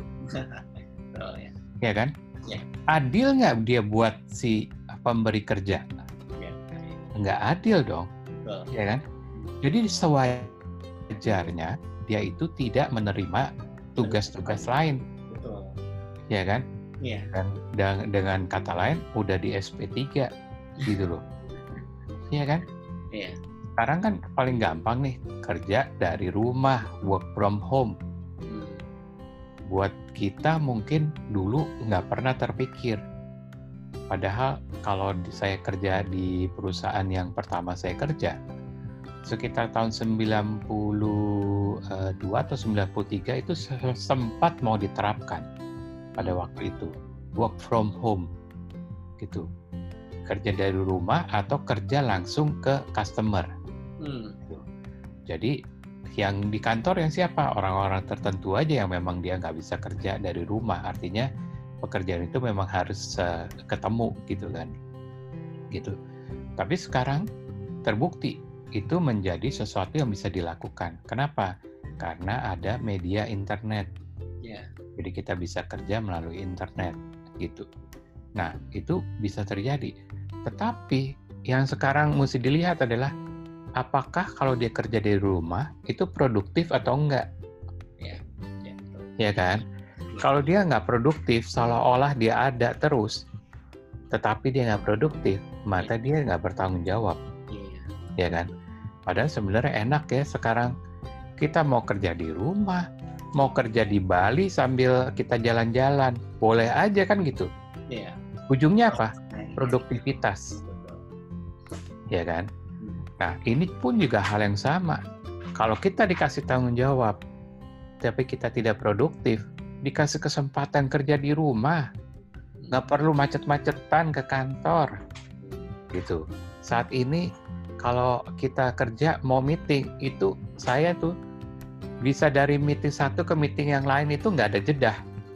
Ya kan? Adil nggak dia buat si pemberi kerja? Nggak adil dong, ya kan? Jadi sewajarnya dia itu tidak menerima tugas-tugas lain, ya kan? Dan dengan kata lain udah di SP3 gitu loh, ya kan? Sekarang kan paling gampang nih kerja dari rumah, work from home. Buat kita mungkin dulu nggak pernah terpikir. Padahal kalau saya kerja di perusahaan yang pertama saya kerja, sekitar tahun 92 atau 93 itu sempat mau diterapkan pada waktu itu. Work from home gitu. Kerja dari rumah atau kerja langsung ke customer. Jadi yang di kantor yang siapa? Orang-orang tertentu aja yang memang dia nggak bisa kerja dari rumah. Artinya pekerjaan itu memang harus ketemu gitu kan. Gitu. Tapi sekarang terbukti itu menjadi sesuatu yang bisa dilakukan. Kenapa? Karena ada media internet. Jadi kita bisa kerja melalui internet gitu. Nah, itu bisa terjadi. Tetapi yang sekarang mesti dilihat adalah apakah kalau dia kerja dari rumah itu produktif atau enggak? Ya kan? Kalau dia nggak produktif, seolah-olah dia ada terus, tetapi dia nggak produktif, maka dia nggak bertanggung jawab. Ya kan? Padahal sebenarnya enak ya sekarang kita mau kerja di rumah, mau kerja di Bali sambil kita jalan-jalan, boleh aja kan gitu. Ujungnya apa? Produktivitas. Ya kan? Nah, ini pun juga hal yang sama. Kalau kita dikasih tanggung jawab, tapi kita tidak produktif, dikasih kesempatan kerja di rumah, nggak perlu macet-macetan ke kantor, gitu. Saat ini, kalau kita kerja mau meeting, itu saya tuh bisa dari meeting satu ke meeting yang lain itu nggak ada jeda.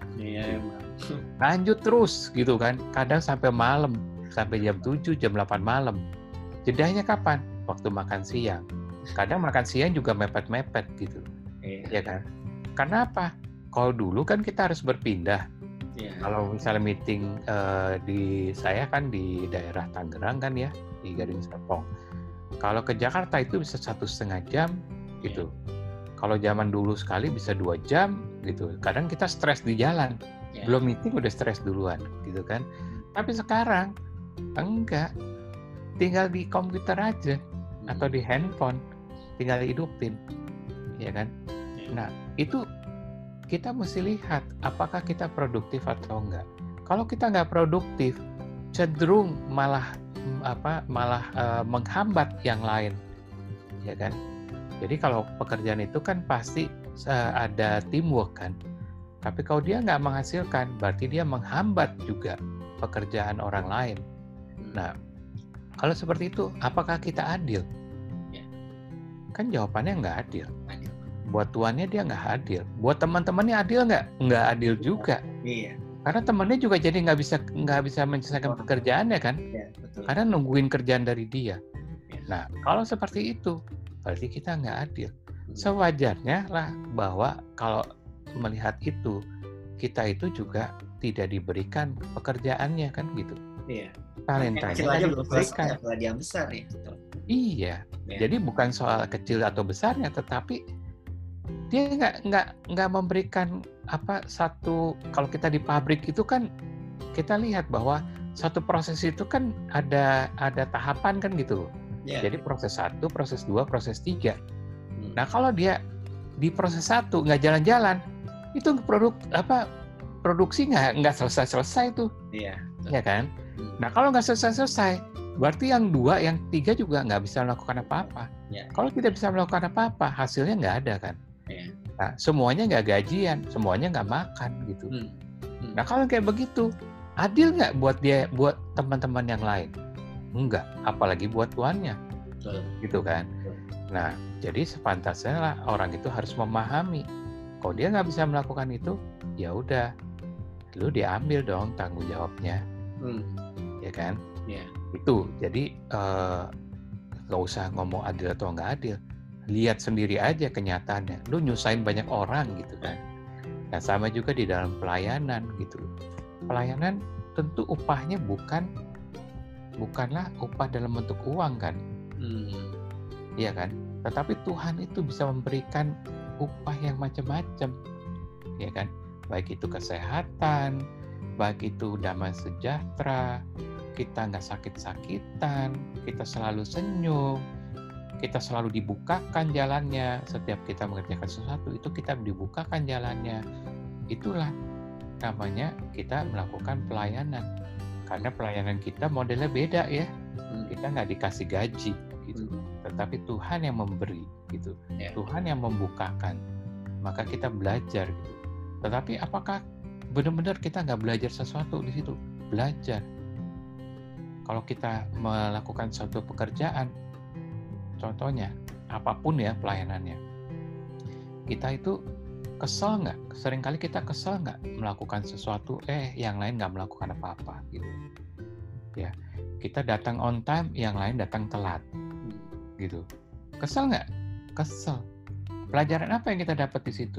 Lanjut terus, gitu kan. Kadang sampai malam, sampai jam 7, jam 8 malam. Jedahnya kapan? Waktu makan siang. Kadang makan siang juga mepet-mepet gitu. Ya kan? Karena apa? Kalau dulu kan kita harus berpindah. Kalau misalnya meeting di saya kan di daerah Tangerang kan ya, di Gading Serpong. Kalau ke Jakarta itu bisa 1,5 jam gitu. Kalau zaman dulu sekali bisa 2 jam gitu. Kadang kita stres di jalan. Belum meeting udah stres duluan gitu kan. Tapi sekarang enggak. Tinggal di komputer aja atau di handphone, tinggal dihidupin, ya kan? Nah, itu kita mesti lihat apakah kita produktif atau enggak. Kalau kita nggak produktif, cenderung malah menghambat yang lain, ya kan? Jadi kalau pekerjaan itu kan pasti ada teamwork kan. Tapi kalau dia nggak menghasilkan, berarti dia menghambat juga pekerjaan orang lain. Nah, kalau seperti itu, apakah kita adil? Kan jawabannya nggak adil. Buat tuannya dia nggak adil. Buat teman-temannya adil nggak? Nggak adil juga. Karena temannya juga jadi nggak bisa menyelesaikan pekerjaannya kan? Karena nungguin kerjaan dari dia. Nah, kalau seperti itu, berarti kita nggak adil. Sewajarnya lah bahwa kalau melihat itu, kita itu juga tidak diberikan pekerjaannya kan gitu. Talentanya belum diberikan. Dia besar ya. Iya. Jadi bukan soal kecil atau besarnya, tetapi dia nggak memberikan satu. Kalau kita di pabrik itu kan kita lihat bahwa satu proses itu kan ada tahapan kan gitu loh. Jadi proses 1, proses 2, proses 3. Nah kalau dia di proses 1 nggak jalan-jalan, itu produksi nggak selesai tuh. Iya. Ya kan? Nah kalau nggak selesai, berarti yang 2, yang 3 juga nggak bisa melakukan apa-apa. Ya. Kalau tidak bisa melakukan apa-apa, hasilnya nggak ada kan? Ya. Nah, semuanya nggak gajian, semuanya nggak makan gitu. Nah kalau kayak begitu, adil nggak buat teman-teman yang lain? Enggak, apalagi buat tuannya, gitu kan? Nah, jadi sepantasnya lah orang itu harus memahami, kalau dia nggak bisa melakukan itu, ya udah, lu diambil dong tanggung jawabnya, ya kan? Yeah. Itu, jadi nggak usah ngomong adil atau nggak adil, lihat sendiri aja kenyataannya. Lu nyusahin banyak orang gitu kan? Nah, sama juga di dalam pelayanan gitu. Pelayanan tentu upahnya bukanlah upah dalam bentuk uang kan, iya kan? Tetapi Tuhan itu bisa memberikan upah yang macam-macam, ya kan? Baik itu kesehatan, baik itu damai sejahtera, kita nggak sakit-sakitan, kita selalu senyum, kita selalu dibukakan jalannya. Setiap kita mengerjakan sesuatu itu kita dibukakan jalannya. Itulah namanya kita melakukan pelayanan. Karena pelayanan kita modelnya beda ya. Kita nggak dikasih gaji gitu. Tetapi Tuhan yang memberi gitu. Tuhan yang membukakan. Maka kita belajar gitu. Tetapi apakah benar-benar kita nggak belajar sesuatu di situ? Belajar. Kalau kita melakukan suatu pekerjaan, contohnya apapun ya pelayanannya, kita itu kesel nggak? Seringkali kita kesel nggak melakukan sesuatu, yang lain nggak melakukan apa-apa gitu. Ya, kita datang on time, yang lain datang telat, gitu. Kesel nggak? Kesel. Pelajaran apa yang kita dapat di situ?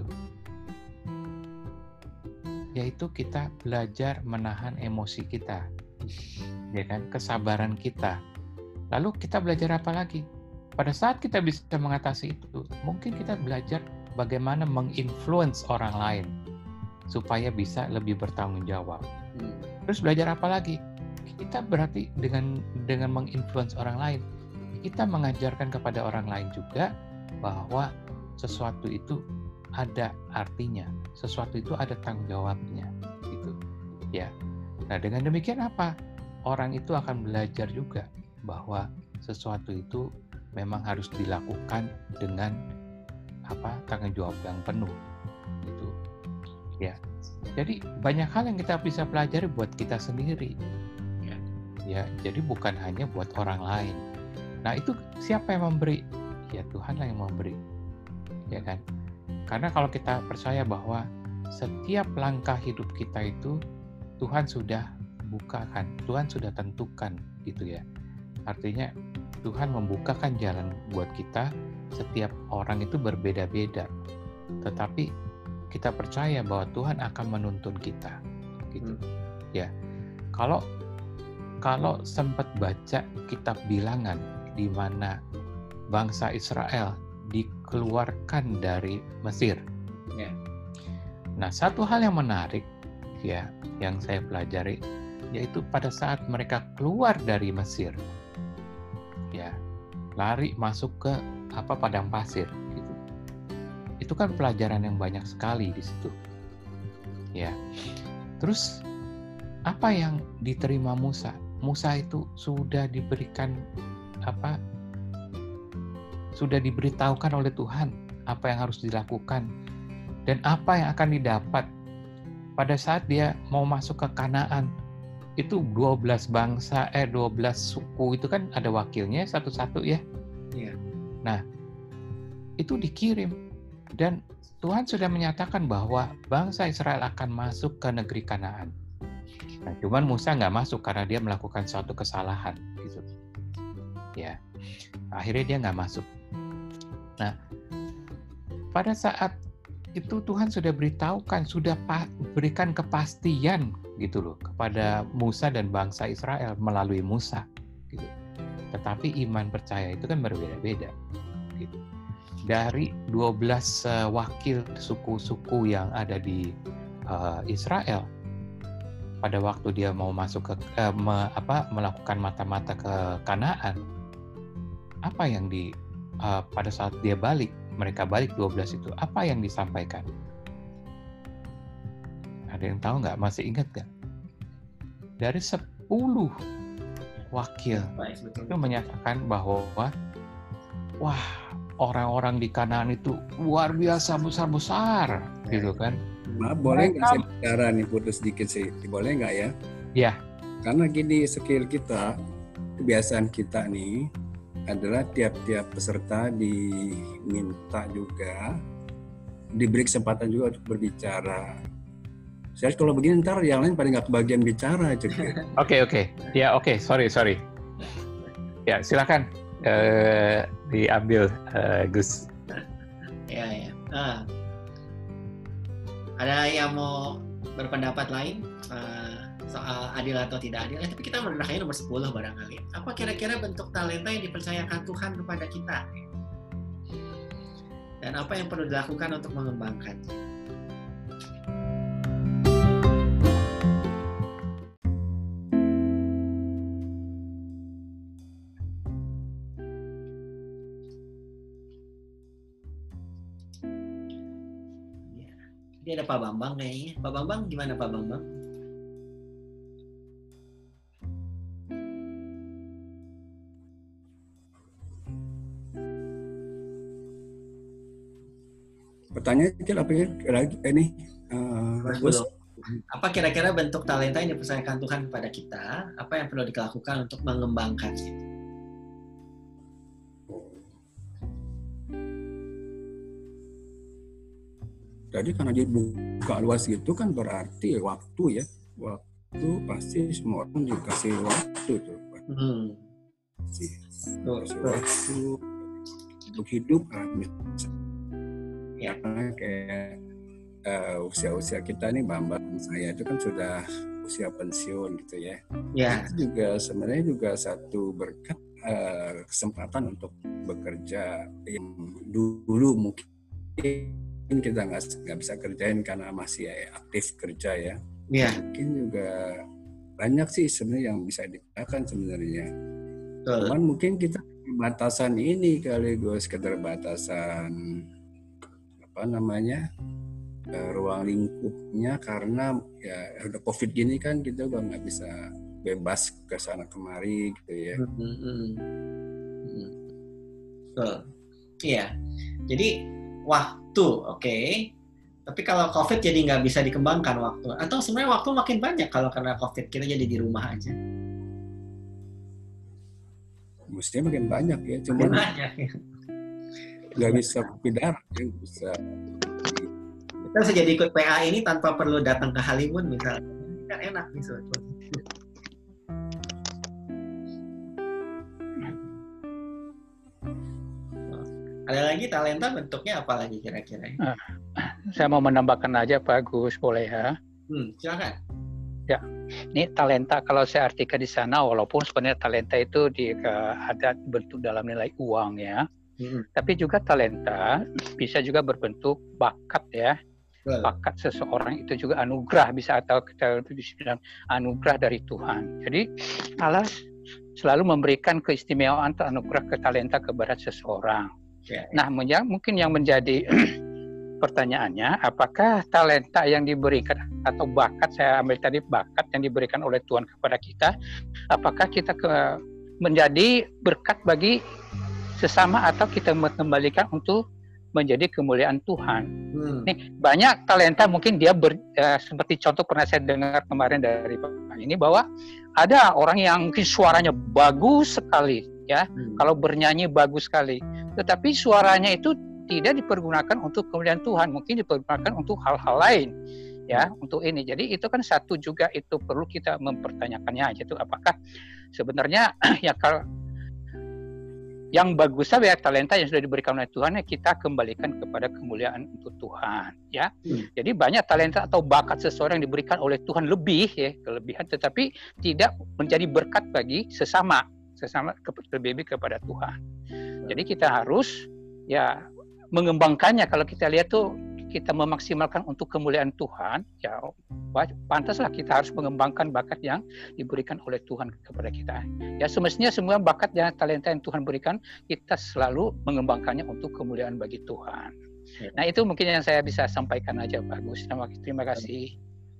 Yaitu kita belajar menahan emosi kita, ya kan? Kesabaran kita. Lalu kita belajar apa lagi? Pada saat kita bisa mengatasi itu, mungkin kita belajar bagaimana menginfluence orang lain supaya bisa lebih bertanggung jawab. Terus belajar apa lagi? Kita berarti dengan menginfluence orang lain, kita mengajarkan kepada orang lain juga bahwa sesuatu itu ada artinya, sesuatu itu ada tanggung jawabnya, gitu. Ya. Nah, dengan demikian apa? Orang itu akan belajar juga bahwa sesuatu itu memang harus dilakukan dengan tanggung jawab yang penuh gitu ya. Jadi banyak hal yang kita bisa pelajari buat kita sendiri ya, jadi bukan hanya buat orang lain. Nah, itu siapa yang memberi? Ya Tuhanlah yang memberi, ya kan? Karena kalau kita percaya bahwa setiap langkah hidup kita itu Tuhan sudah bukakan, Tuhan sudah tentukan gitu ya. Artinya Tuhan membukakan jalan buat kita. Setiap orang itu berbeda-beda, tetapi kita percaya bahwa Tuhan akan menuntun kita, gitu. Ya, kalau sempat baca kitab Bilangan di mana bangsa Israel dikeluarkan dari Mesir. Ya. Nah, satu hal yang menarik ya yang saya pelajari yaitu pada saat mereka keluar dari Mesir, ya lari masuk ke padang pasir gitu. Itu kan pelajaran yang banyak sekali di situ. Ya. Terus apa yang diterima Musa? Musa itu sudah diberikan sudah diberitahukan oleh Tuhan apa yang harus dilakukan dan apa yang akan didapat pada saat dia mau masuk ke Kanaan. Itu 12 bangsa, 12 suku itu kan ada wakilnya satu-satu ya. Iya. Nah, itu dikirim dan Tuhan sudah menyatakan bahwa bangsa Israel akan masuk ke negeri Kanaan. Nah, cuman Musa nggak masuk karena dia melakukan suatu kesalahan, gitu. Ya, akhirnya dia nggak masuk. Nah, pada saat itu Tuhan sudah beritahukan, sudah berikan kepastian, gitu loh, kepada Musa dan bangsa Israel melalui Musa, gitu. Tetapi iman percaya itu kan berbeda-beda, gitu. Dari 12 wakil suku-suku yang ada di Israel, pada waktu dia mau masuk ke melakukan mata-mata ke Kanaan, apa yang pada saat dia balik, mereka balik 12 itu, apa yang disampaikan? Ada yang tahu nggak? Masih ingat nggak? Dari 10 wakil itu menyatakan bahwa wah, orang-orang di Kanaan itu luar biasa besar-besar, gitu kan? Maaf, boleh nggak saya bicara nih, putus sedikit sih, boleh nggak ya? Ya. Karena gini, skill kita, kebiasaan kita nih adalah tiap-tiap peserta diminta juga, diberi kesempatan juga untuk berbicara. Saya kalau begini ntar yang lain pada nggak kebagian bicara juga. Oke. Ya, oke. Sorry. Ya, silakan diambil, Gus. Ya. Ada yang mau berpendapat lain soal adil atau tidak adil? Tapi kita merendahkannya nomor 10 barangkali. Apa kira-kira bentuk talenta yang dipercayakan Tuhan kepada kita? Dan apa yang perlu dilakukan untuk mengembangkannya? Ini ada Pak Bambang kayaknya. Pak Bambang, gimana Pak Bambang? Pertanyaan apa ya? Ini apa kira-kira bentuk talenta yang dipercayakan Tuhan kepada kita? Apa yang perlu dilakukan untuk mengembangkannya? Jadi karena dibuka luas gitu kan berarti waktu ya. Waktu pasti semua orang dikasih waktu tuh. Kasih waktu untuk hidup kan. Ya, kayak usia-usia kita nih, Bambang saya itu kan sudah usia pensiun gitu ya. Ya. Itu juga sebenarnya juga satu berkat kesempatan untuk bekerja yang dulu mungkin kita nggak bisa kerjain karena masih aktif kerja ya. Yeah. Mungkin juga banyak sih sebenarnya yang bisa dikatakan sebenarnya. Cuman mungkin kita batasan ini kali Gus, keterbatasan ruang lingkupnya karena ya udah COVID gini kan kita udah nggak bisa bebas ke sana kemari gitu ya. Iya. Jadi waktu, oke. Tapi kalau COVID jadi nggak bisa dikembangkan waktu. Atau sebenarnya waktu makin banyak kalau karena COVID kita jadi di rumah aja. Mestinya makin banyak ya, cuma nggak bisa pindah, bisa. Kita bisa jadi ikut PA ini tanpa perlu datang ke Halimun misalnya. Kan enak nih sebetulnya. Ada lagi talenta bentuknya apa lagi kira-kira? Saya mau menambahkan aja Pak Gus, boleh ya? Silakan. Ya, ini talenta kalau saya artikan di sana, walaupun sebenarnya talenta itu ada bentuk dalam nilai uang ya, tapi juga talenta bisa juga berbentuk bakat ya. Bakat seseorang itu juga anugerah bisa, atau kita bilang anugerah dari Tuhan. Jadi Allah selalu memberikan keistimewaan atau anugerah talenta kepada seseorang. Nah, mungkin yang menjadi pertanyaannya, apakah talenta yang diberikan atau bakat, saya ambil tadi bakat yang diberikan oleh Tuhan kepada kita, apakah kita menjadi berkat bagi sesama atau kita mengembalikan untuk menjadi kemuliaan Tuhan. Nih, banyak talenta mungkin dia seperti contoh pernah saya dengar kemarin dari Pak ini, bahwa ada orang yang mungkin suaranya bagus sekali ya, kalau bernyanyi bagus sekali, tetapi suaranya itu tidak dipergunakan untuk kemuliaan Tuhan, mungkin dipergunakan untuk hal-hal lain ya, untuk ini. Jadi itu kan satu juga itu perlu kita mempertanyakannya, yaitu apakah sebenarnya ya kalau yang bagus saja ya, talenta yang sudah diberikan oleh Tuhan, ya kita kembalikan kepada kemuliaan untuk Tuhan ya. Jadi banyak talenta atau bakat seseorang yang diberikan oleh Tuhan lebih ya, kelebihan, tetapi tidak menjadi berkat bagi sesama lebih kepada Tuhan. Jadi kita harus ya mengembangkannya. Kalau kita lihat tuh kita memaksimalkan untuk kemuliaan Tuhan, ya pantaslah kita harus mengembangkan bakat yang diberikan oleh Tuhan kepada kita. Ya semestinya semua bakat dan talenta yang Tuhan berikan, kita selalu mengembangkannya untuk kemuliaan bagi Tuhan. Nah itu mungkin yang saya bisa sampaikan aja Pak Gus. Terima kasih.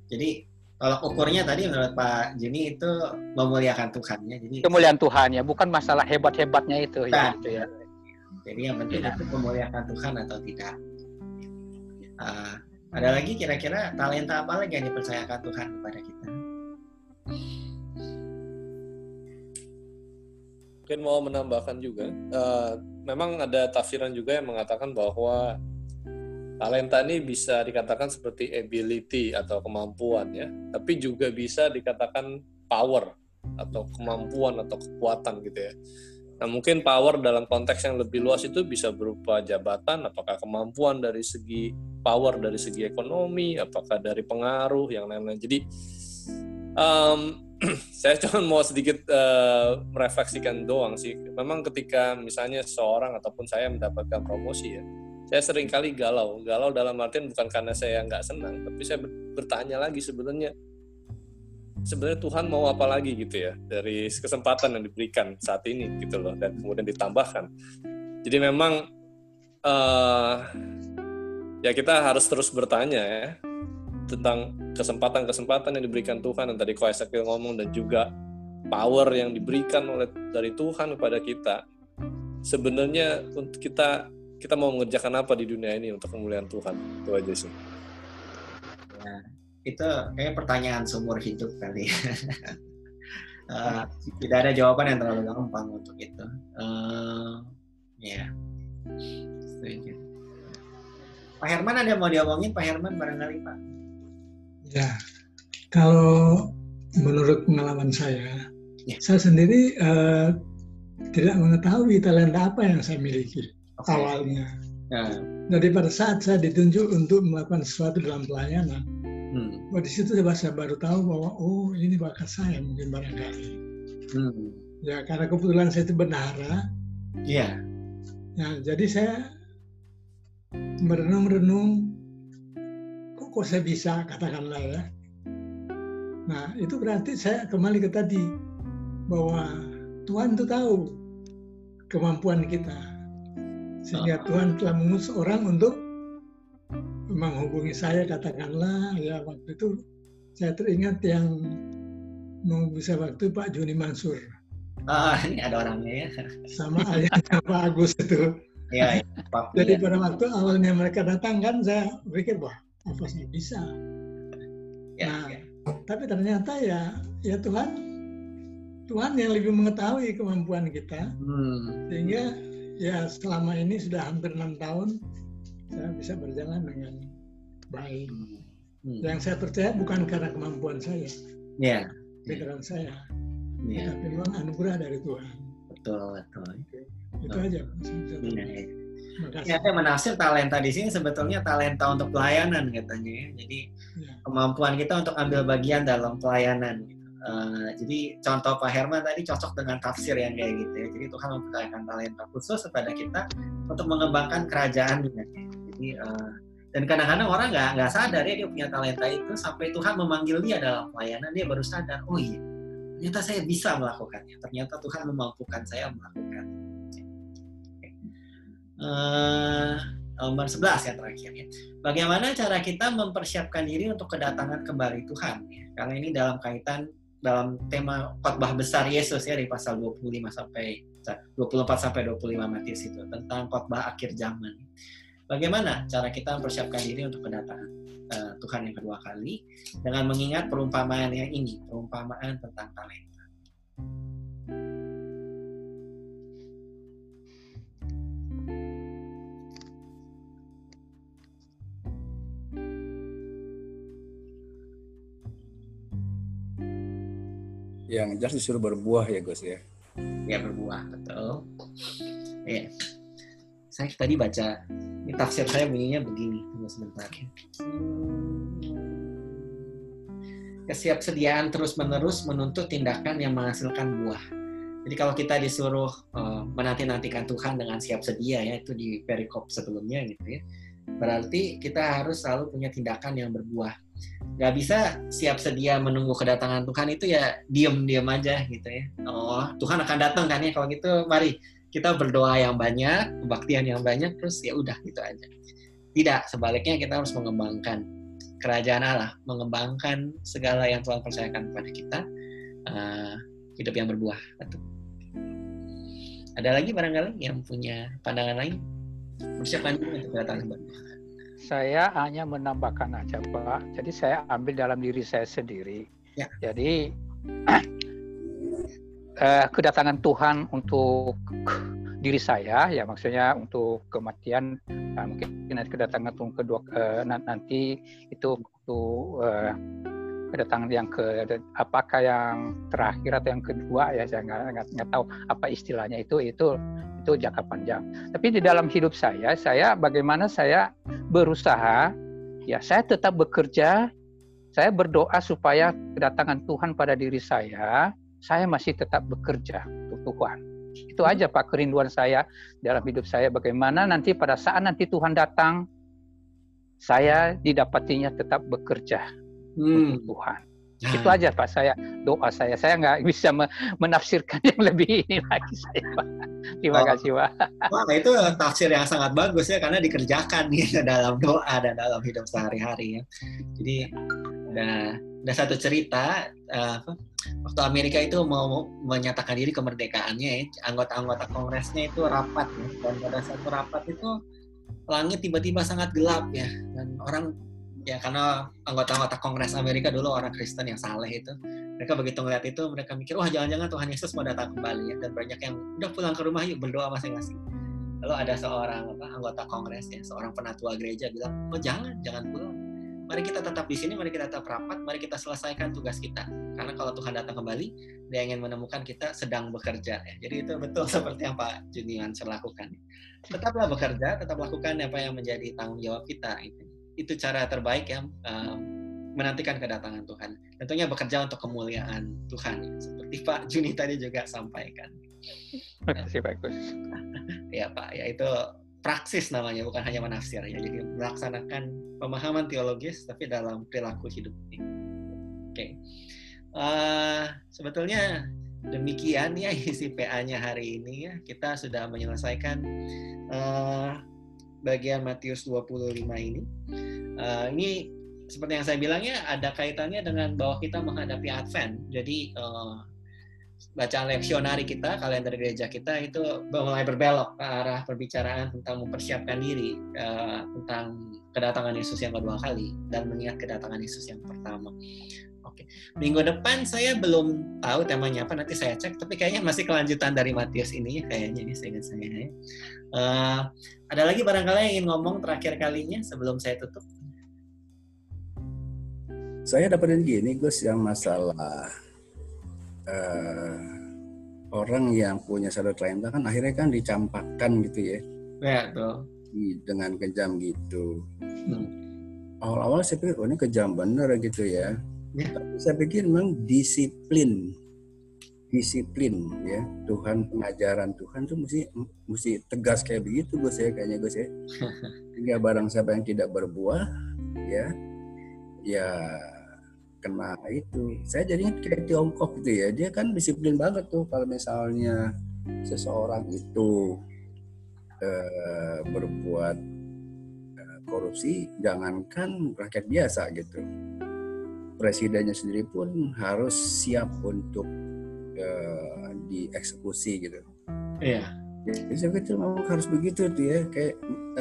Jadi tolak ukurnya tadi menurut Pak Juni itu memuliakan Tuhan ya. Jadi kemuliaan Tuhan ya, bukan masalah hebat-hebatnya itu ya. Gitu ya. Jadi yang penting itu memuliakan Tuhan atau tidak. Ada lagi kira-kira talenta apa lagi yang dipercayakan Tuhan kepada kita? Mungkin mau menambahkan juga, memang ada tafsiran juga yang mengatakan bahwa talenta ini bisa dikatakan seperti ability atau kemampuan ya, tapi juga bisa dikatakan power atau kemampuan atau kekuatan gitu ya. Nah mungkin power dalam konteks yang lebih luas itu bisa berupa jabatan, apakah kemampuan dari segi power dari segi ekonomi, apakah dari pengaruh yang lain-lain. Jadi saya cuma mau sedikit merefleksikan doang sih. Memang ketika misalnya seorang ataupun saya mendapatkan promosi ya, saya sering kali galau dalam artian bukan karena saya nggak senang, tapi saya bertanya lagi sebenarnya Tuhan mau apa lagi gitu ya dari kesempatan yang diberikan saat ini gitu loh, dan kemudian ditambahkan. Jadi memang ya kita harus terus bertanya ya tentang kesempatan-kesempatan yang diberikan Tuhan yang tadi Ko Ezekiel ngomong, dan juga power yang diberikan dari Tuhan kepada kita. Sebenarnya untuk kita mau mengerjakan apa di dunia ini untuk kemuliaan Tuhan, itu aja sih. Ya, itu kayak pertanyaan seumur hidup kali. Tidak ada jawaban yang terlalu gampang untuk itu. Ya, setuju. Pak Herman ada mau diomongin, Pak Herman barangkali Pak? Ya, kalau menurut pengalaman saya sendiri tidak mengetahui talenta apa yang saya miliki awalnya. Jadi pada saat saya ditunjuk untuk melakukan sesuatu dalam pelayanan, di situ saya baru tahu bahwa ini bakat saya mungkin barangkali. Ya karena kebetulan saya itu bendahara. Iya. Ya, jadi saya merenung kok saya bisa, katakanlah ya. Nah itu berarti saya kembali ke tadi bahwa Tuhan itu tahu kemampuan kita, sehingga Tuhan telah mengutus orang untuk menghubungi saya, katakanlah ya. Waktu itu saya teringat yang menghubungi saya waktu Pak Juni Mansur. Ini ada orangnya ya. Sama ayahnya Pak Agus itu. Ya, jadi pada waktu awalnya mereka datang kan saya pikir wah apa saya bisa. Tapi ternyata ya Tuhan yang lebih mengetahui kemampuan kita, sehingga ya selama ini sudah hampir 6 tahun saya bisa berjalan dengan baik. Yang saya percaya bukan karena kemampuan saya, pikiran saya, tapi memang anugerah dari Tuhan. Betul. Itu aja. Ya, saya menafsir talenta di sini sebetulnya talenta untuk pelayanan katanya ya. Jadi kemampuan kita untuk ambil bagian dalam pelayanan. Jadi contoh Pak Herman tadi cocok dengan tafsir yang kayak gitu ya. Jadi Tuhan mempercayakan talenta khusus kepada kita untuk mengembangkan kerajaan-Nya. Jadi dan kadang-kadang orang nggak sadar ya dia punya talenta itu, sampai Tuhan memanggil dia dalam pelayanan dia baru sadar, oh iya ternyata saya bisa melakukannya. Ternyata Tuhan memampukan saya melakukannya. Nomor 11 yang terakhir ya. Bagaimana cara kita mempersiapkan diri untuk kedatangan kembali Tuhan ya? Karena ini dalam kaitan dalam tema khotbah besar Yesus ya, dari pasal 24 sampai 25 Matius itu tentang khotbah akhir zaman. Bagaimana cara kita mempersiapkan diri untuk kedatangan Tuhan yang kedua kali dengan mengingat perumpamaan yang ini, perumpamaan tentang talenta. Yang jelas disuruh berbuah ya Gus ya. Ya berbuah, betul. Ya. Saya tadi baca, ini tafsir saya bunyinya begini. Tunggu sebentar ya. Kesiapsediaan terus-menerus menuntut tindakan yang menghasilkan buah. Jadi kalau kita disuruh menanti-nantikan Tuhan dengan siap sedia ya, itu di perikop sebelumnya gitu ya. Berarti kita harus selalu punya tindakan yang berbuah. Gak bisa siap sedia menunggu kedatangan Tuhan itu ya diam-diam aja gitu ya. Oh Tuhan akan datang kan ya, kalau gitu mari kita berdoa yang banyak, kebaktian yang banyak, terus ya udah gitu aja. Tidak, sebaliknya kita harus mengembangkan kerajaan Allah, mengembangkan segala yang Tuhan percayakan kepada kita, hidup yang berbuah. Betul. Ada lagi barangkali yang punya pandangan lain? Bersiapkan diri untuk kedatangan berbuah. Saya hanya menambahkan aja, Pak. Jadi saya ambil dalam diri saya sendiri. Ya. Jadi kedatangan Tuhan untuk diri saya, ya maksudnya untuk kematian, mungkin kedatangan Tuhan kedua nanti itu untuk kedatangan yang apakah yang terakhir atau yang kedua, ya saya nggak tahu apa istilahnya itu jangka panjang. Tapi di dalam hidup saya bagaimana saya berusaha, ya saya tetap bekerja, saya berdoa supaya kedatangan Tuhan pada diri saya masih tetap bekerja untuk Tuhan. Itu aja Pak, kerinduan saya dalam hidup saya, bagaimana nanti pada saat nanti Tuhan datang, saya didapatinya tetap bekerja untuk Tuhan. Itu aja Pak, doa saya nggak bisa menafsirkan yang lebih ini lagi saya Pak. Terima kasih Pak. Wah, itu tafsir yang sangat bagus ya, karena dikerjakan nih dalam doa dan dalam hidup sehari-hari ya. Jadi ada satu cerita waktu Amerika itu mau menyatakan diri kemerdekaannya ya, anggota-anggota kongresnya itu rapat ya, dan pada satu rapat itu langit tiba-tiba sangat gelap ya, dan orang ya karena anggota-anggota Kongres Amerika dulu orang Kristen yang saleh itu, mereka begitu ngeliat itu mereka mikir, wah jangan-jangan Tuhan Yesus mau datang kembali ya, dan banyak yang udah pulang ke rumah yuk berdoa masing-masing. Lalu ada seorang anggota Kongres ya, seorang penatua gereja bilang, oh jangan pulang, mari kita tetap di sini, mari kita tetap rapat, mari kita selesaikan tugas kita, karena kalau Tuhan datang kembali Dia ingin menemukan kita sedang bekerja ya. Jadi itu betul seperti yang Pak Juniwan lakukan, tetaplah bekerja, tetap lakukan apa yang menjadi tanggung jawab kita. Itu cara terbaik ya, menantikan kedatangan Tuhan. Tentunya bekerja untuk kemuliaan Tuhan ya, seperti Pak Juni tadi juga sampaikan. Terima bagus. Ya Pak, ya itu praksis namanya, bukan hanya menafsir ya. Jadi melaksanakan pemahaman teologis tapi dalam perilaku hidup ini. Oke. Sebetulnya demikian ya isi PA-nya hari ini ya. Kita sudah menyelesaikan bagian Matius 25 ini. Ini seperti yang saya bilang ya, ada kaitannya dengan bahwa kita menghadapi Advent. Jadi bacaan leksionari kita, kalender gereja kita itu mulai berbelok ke arah perbicaraan tentang mempersiapkan diri tentang kedatangan Yesus yang kedua kali dan mengingat kedatangan Yesus yang pertama. Oke. Minggu depan saya belum tahu temanya apa, nanti saya cek, tapi kayaknya masih kelanjutan dari Matius ini kayaknya, ini seingat saya ya. Ada lagi barangkali yang ingin ngomong terakhir kalinya sebelum saya tutup? Saya dapetin gini Gus, yang masalah orang yang punya satu talenta kan akhirnya kan dicampakkan gitu ya. Ya, betul. Dengan kejam gitu. Awal-awal saya pikir, oh ini kejam bener gitu ya. Tapi saya pikir memang disiplin ya, Tuhan, pengajaran Tuhan tuh mesti tegas kayak begitu Gus ya, kayaknya Gus ya. Hingga barang siapa yang tidak berbuah ya kena itu. Saya jadinya kayak Tiongkok gitu ya, dia kan disiplin banget tuh kalau misalnya seseorang itu berbuat korupsi, jangankan rakyat biasa gitu, presidennya sendiri pun harus siap untuk dieksekusi gitu. Iya. Jadi saya pikir memang harus begitu tuh ya, kayak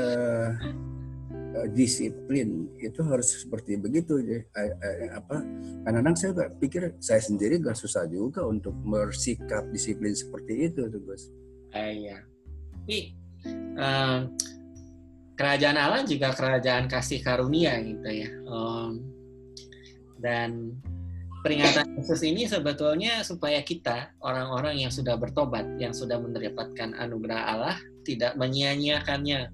disiplin itu harus seperti begitu ya. Kadang-kadang saya pikir saya sendiri gak susah juga untuk bersikap disiplin seperti itu tuh Gus. Iya. Tapi kerajaan Allah juga kerajaan kasih karunia gitu ya. Dan peringatan Yesus ini sebetulnya supaya kita, orang-orang yang sudah bertobat, yang sudah mendapatkan anugerah Allah, tidak menyia-nyiakannya.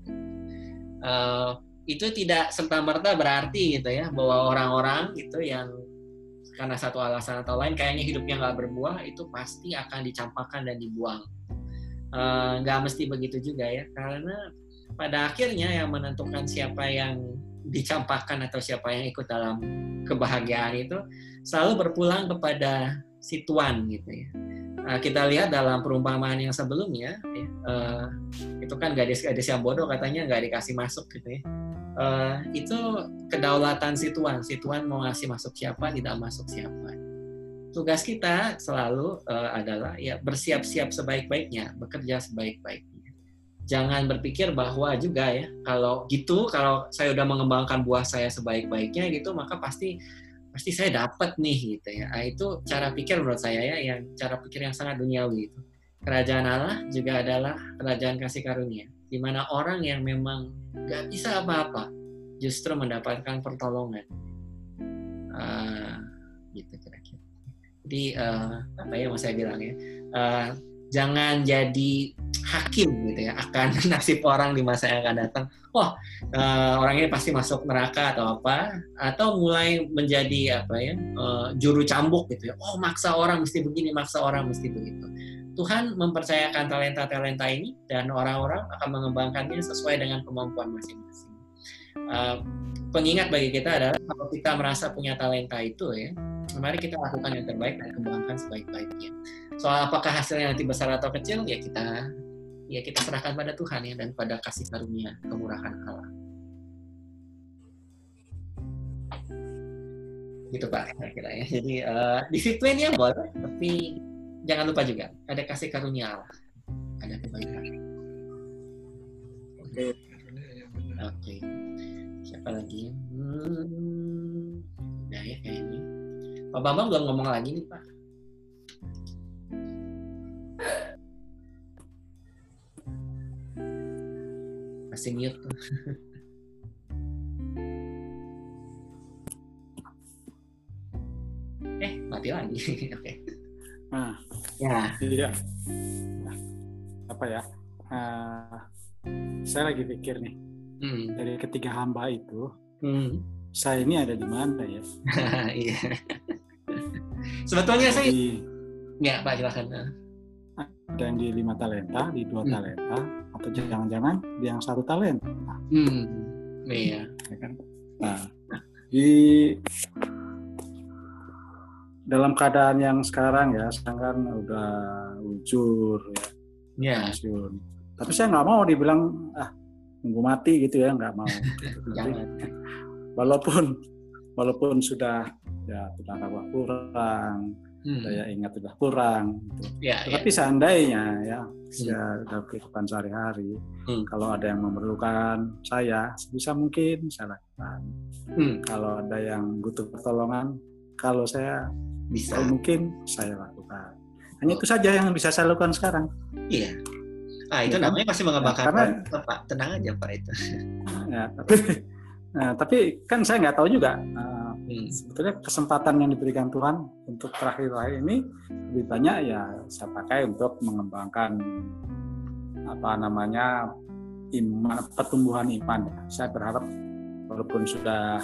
Itu tidak serta-merta berarti gitu ya, bahwa orang-orang gitu yang karena satu alasan atau lain kayaknya hidupnya nggak berbuah, itu pasti akan dicampakkan dan dibuang. Nggak mesti begitu juga ya, karena pada akhirnya yang menentukan siapa yang dicampakkan atau siapa yang ikut dalam kebahagiaan itu selalu berpulang kepada si tuan gitu ya. Kita lihat dalam perumpamaan yang sebelumnya itu kan gadis-gadis yang bodoh katanya nggak dikasih masuk gitu ya. itu kedaulatan si Tuhan mau ngasih masuk siapa, tidak masuk siapa. Tugas kita selalu adalah ya bersiap-siap sebaik-baiknya, bekerja sebaik-baiknya. Jangan berpikir bahwa juga ya kalau saya udah mengembangkan buah saya sebaik-baiknya gitu, maka pasti saya dapat nih gitu ya. Itu cara pikir menurut saya ya, yang cara pikir yang sangat duniawi itu. Kerajaan Allah juga adalah kerajaan kasih karunia, di mana orang yang memang nggak bisa apa-apa justru mendapatkan pertolongan. Gitu kira-kira. Jadi apa ya mau saya bilang ya, jangan jadi hakim gitu ya akan nasib orang di masa yang akan datang. Orang ini pasti masuk neraka atau apa, atau mulai menjadi apa ya juru cambuk gitu ya. Maksa orang mesti begini, maksa orang mesti begitu. Tuhan mempercayakan talenta-talenta ini dan orang-orang akan mengembangkannya sesuai dengan kemampuan masing-masing. Pengingat bagi kita adalah kalau kita merasa punya talenta itu ya, mari kita lakukan yang terbaik dan kembangkan sebaik-baiknya. Soal apakah hasilnya nanti besar atau kecil, ya kita serahkan pada Tuhan ya, dan pada kasih karunia kemurahan Allah. Gitu Pak, kira-kira ya. Jadi disiplin ya boleh, tapi jangan lupa juga ada kasih karunia Allah, ada kebaikan. Oke. Siapa lagi? Udah ya kayaknya. Pak Bambang belum ngomong lagi nih Pak. Masih mute tuh. Mati lagi. Oke. Nah, ya. Iya. Apa ya? Saya lagi pikir nih. Dari ketiga hamba itu, saya ini ada di mana ya? Iya. Sebetulnya saya nggak Pak, silakan. Ada yang di 5 talenta, di 2 talenta, atau jangan-jangan di yang 1 talenta. Iya. Ya kan? Nah, di dalam keadaan yang sekarang ya, sekarang kan udah ujur ya, pensiun. Tapi saya nggak mau dibilang nunggu mati gitu ya, nggak mau. Jangan. Walaupun sudah ya tenaga kurang, daya ingat sudah kurang, gitu. Tapi seandainya ya dalam kehidupan sehari-hari, kalau ada yang memerlukan saya, sebisa mungkin saya lakukan. Kalau ada yang butuh pertolongan, kalau saya bisa, mungkin saya lakukan. Hanya itu saja yang bisa saya lakukan sekarang. Iya. Itu namanya masih mengembangkan Pak. Tenang aja Pak itu. Ya, tapi kan saya nggak tahu juga. Sebetulnya kesempatan yang diberikan Tuhan untuk terakhir-terakhir ini lebih banyak ya saya pakai untuk mengembangkan iman, pertumbuhan iman. Saya berharap walaupun sudah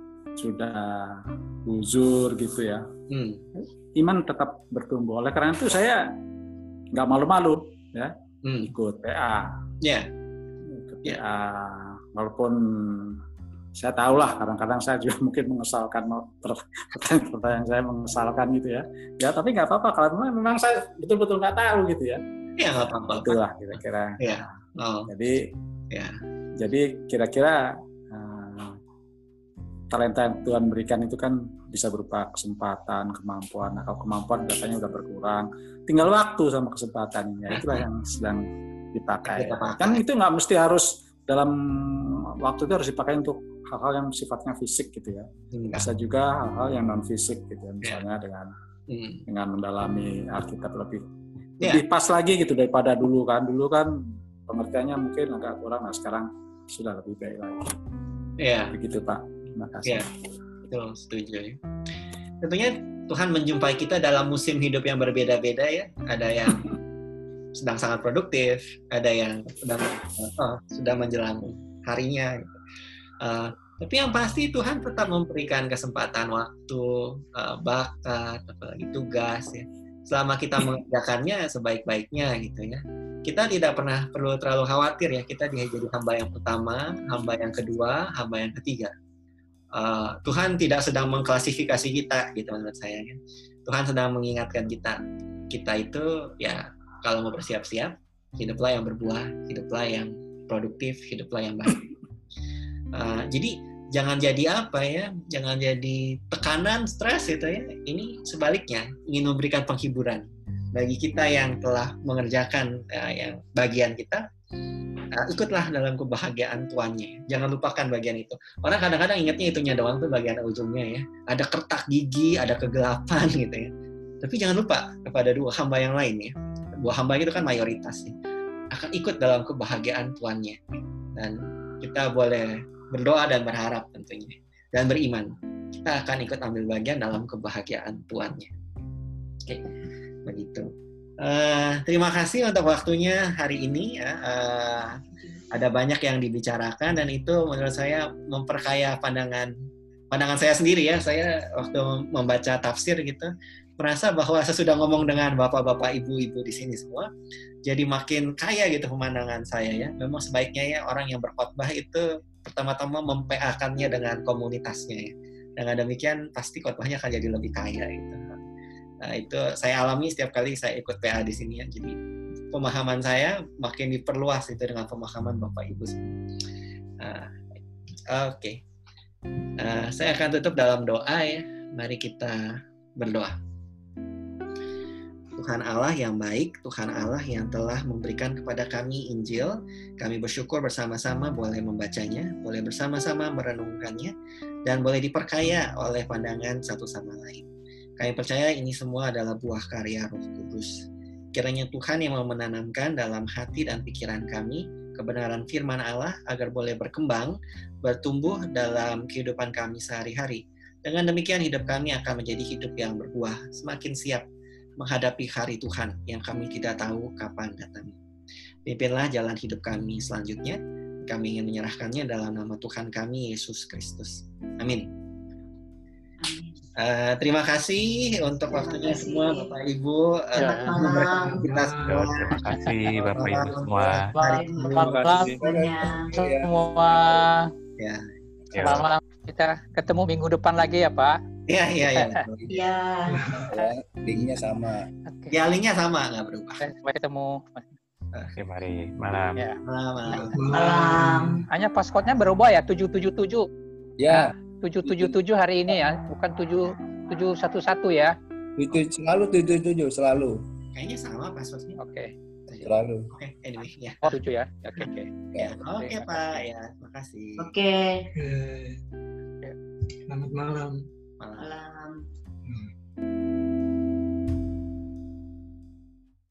uzur gitu ya, iman tetap bertumbuh. Oleh karena itu saya nggak malu-malu ya ikut PA. Ikut PA, walaupun saya tahu lah kadang-kadang saya juga mungkin mengesalkan pertanyaan saya mengesalkan gitu ya. Ya tapi nggak apa-apa kalau memang saya betul-betul nggak tahu gitu ya. Iya nggak apa-apa. Itulah kira-kira. Iya. Jadi kira-kira talenta yang Tuhan berikan itu kan bisa berupa kesempatan, kemampuan. Nah, kalau kemampuan katanya udah berkurang, tinggal waktu sama kesempatan ini. Itulah yang sedang dipakai. Kan itu nggak mesti harus dalam waktu itu harus dipakai untuk hal-hal yang sifatnya fisik gitu ya. Bisa juga hal-hal yang non fisik gitu ya. Misalnya dengan mendalami Alkitab lebih pas lagi gitu daripada dulu kan. Dulu kan pengertiannya mungkin agak kurang, nah sekarang sudah lebih baik lagi. Begitu Pak. Terima kasih. Betul, setuju ya. Tentunya Tuhan menjumpai kita dalam musim hidup yang berbeda-beda ya. Ada yang sedang sangat produktif, ada yang sudah menjelang harinya. Gitu. Tapi yang pasti Tuhan tetap memberikan kesempatan, waktu, bakat, apalagi tugas ya. Selama kita mengerjakannya sebaik-baiknya gitu ya. Kita tidak pernah perlu terlalu khawatir ya. Kita jadi hamba yang pertama, hamba yang kedua, hamba yang ketiga. Tuhan tidak sedang mengklasifikasi kita gitu menurut saya kan. Tuhan sedang mengingatkan kita itu ya kalau mau bersiap-siap, hiduplah yang berbuah, hiduplah yang produktif, hiduplah yang baik. Jadi jangan jadi jangan jadi tekanan, stres gitu ya. Ini sebaliknya, ingin memberikan penghiburan bagi kita yang telah mengerjakan yang bagian kita. Ikutlah dalam kebahagiaan tuannya. Jangan lupakan bagian itu. Orang kadang-kadang ingatnya itunya doang tuh bagian ujungnya ya. Ada kertak gigi, ada kegelapan gitu ya. Tapi jangan lupa kepada dua hamba yang lain ya. Dua hamba itu kan mayoritas ya. Akan ikut dalam kebahagiaan tuannya. Dan kita boleh berdoa dan berharap tentunya. Dan beriman. Kita akan ikut ambil bagian dalam kebahagiaan tuannya. Oke, begitu. Terima kasih untuk waktunya hari ini ya. Ada banyak yang dibicarakan dan itu menurut saya memperkaya pandangan saya sendiri ya. Saya waktu membaca tafsir gitu merasa bahwa sesudah ngomong dengan bapak-bapak, ibu-ibu di sini semua, jadi makin kaya gitu pemandangan saya ya. Memang sebaiknya ya orang yang berkhotbah itu pertama-tama memPA-kannya dengan komunitasnya ya. Dengan demikian pasti khotbahnya akan jadi lebih kaya gitu. Nah, itu saya alami setiap kali saya ikut PA di sini ya. Jadi pemahaman saya makin diperluas itu dengan pemahaman Bapak Ibu. Oke. Saya akan tutup dalam doa ya. Mari kita berdoa. Tuhan Allah yang baik, Tuhan Allah yang telah memberikan kepada kami Injil, kami bersyukur bersama-sama boleh membacanya, boleh bersama-sama merenungkannya, dan boleh diperkaya oleh pandangan satu sama lain. Kami percaya ini semua adalah buah karya Roh Kudus. Kiranya Tuhan yang mau menanamkan dalam hati dan pikiran kami kebenaran firman Allah agar boleh berkembang, bertumbuh dalam kehidupan kami sehari-hari. Dengan demikian hidup kami akan menjadi hidup yang berbuah, semakin siap menghadapi hari Tuhan yang kami tidak tahu kapan datang. Pimpinlah jalan hidup kami selanjutnya. Kami ingin menyerahkannya dalam nama Tuhan kami, Yesus Kristus. Amin. Terima kasih untuk waktunya semua Bapak Ibu. Kita semua. Terima kasih Bapak Ibu semua. Selamat malam semua. Ya. Selamat malam. Kita ketemu minggu depan lagi ya Pak. Iya. Iya. Linknya sama. Ya linknya sama, nggak berubah. Sampai ketemu. Oke, mari malam. Ya. Malam. Hanya passcode-nya berubah ya 777. Ya. 777 hari ini ya, bukan 7711 ya. Selalu 77 selalu. Kayaknya sama passwordnya. Oke. Selalu. Oke, anyway ya. 7 ya. Oke. Ya, oke Pak, ya, makasih. Oke. Selamat malam. Malam. Malam.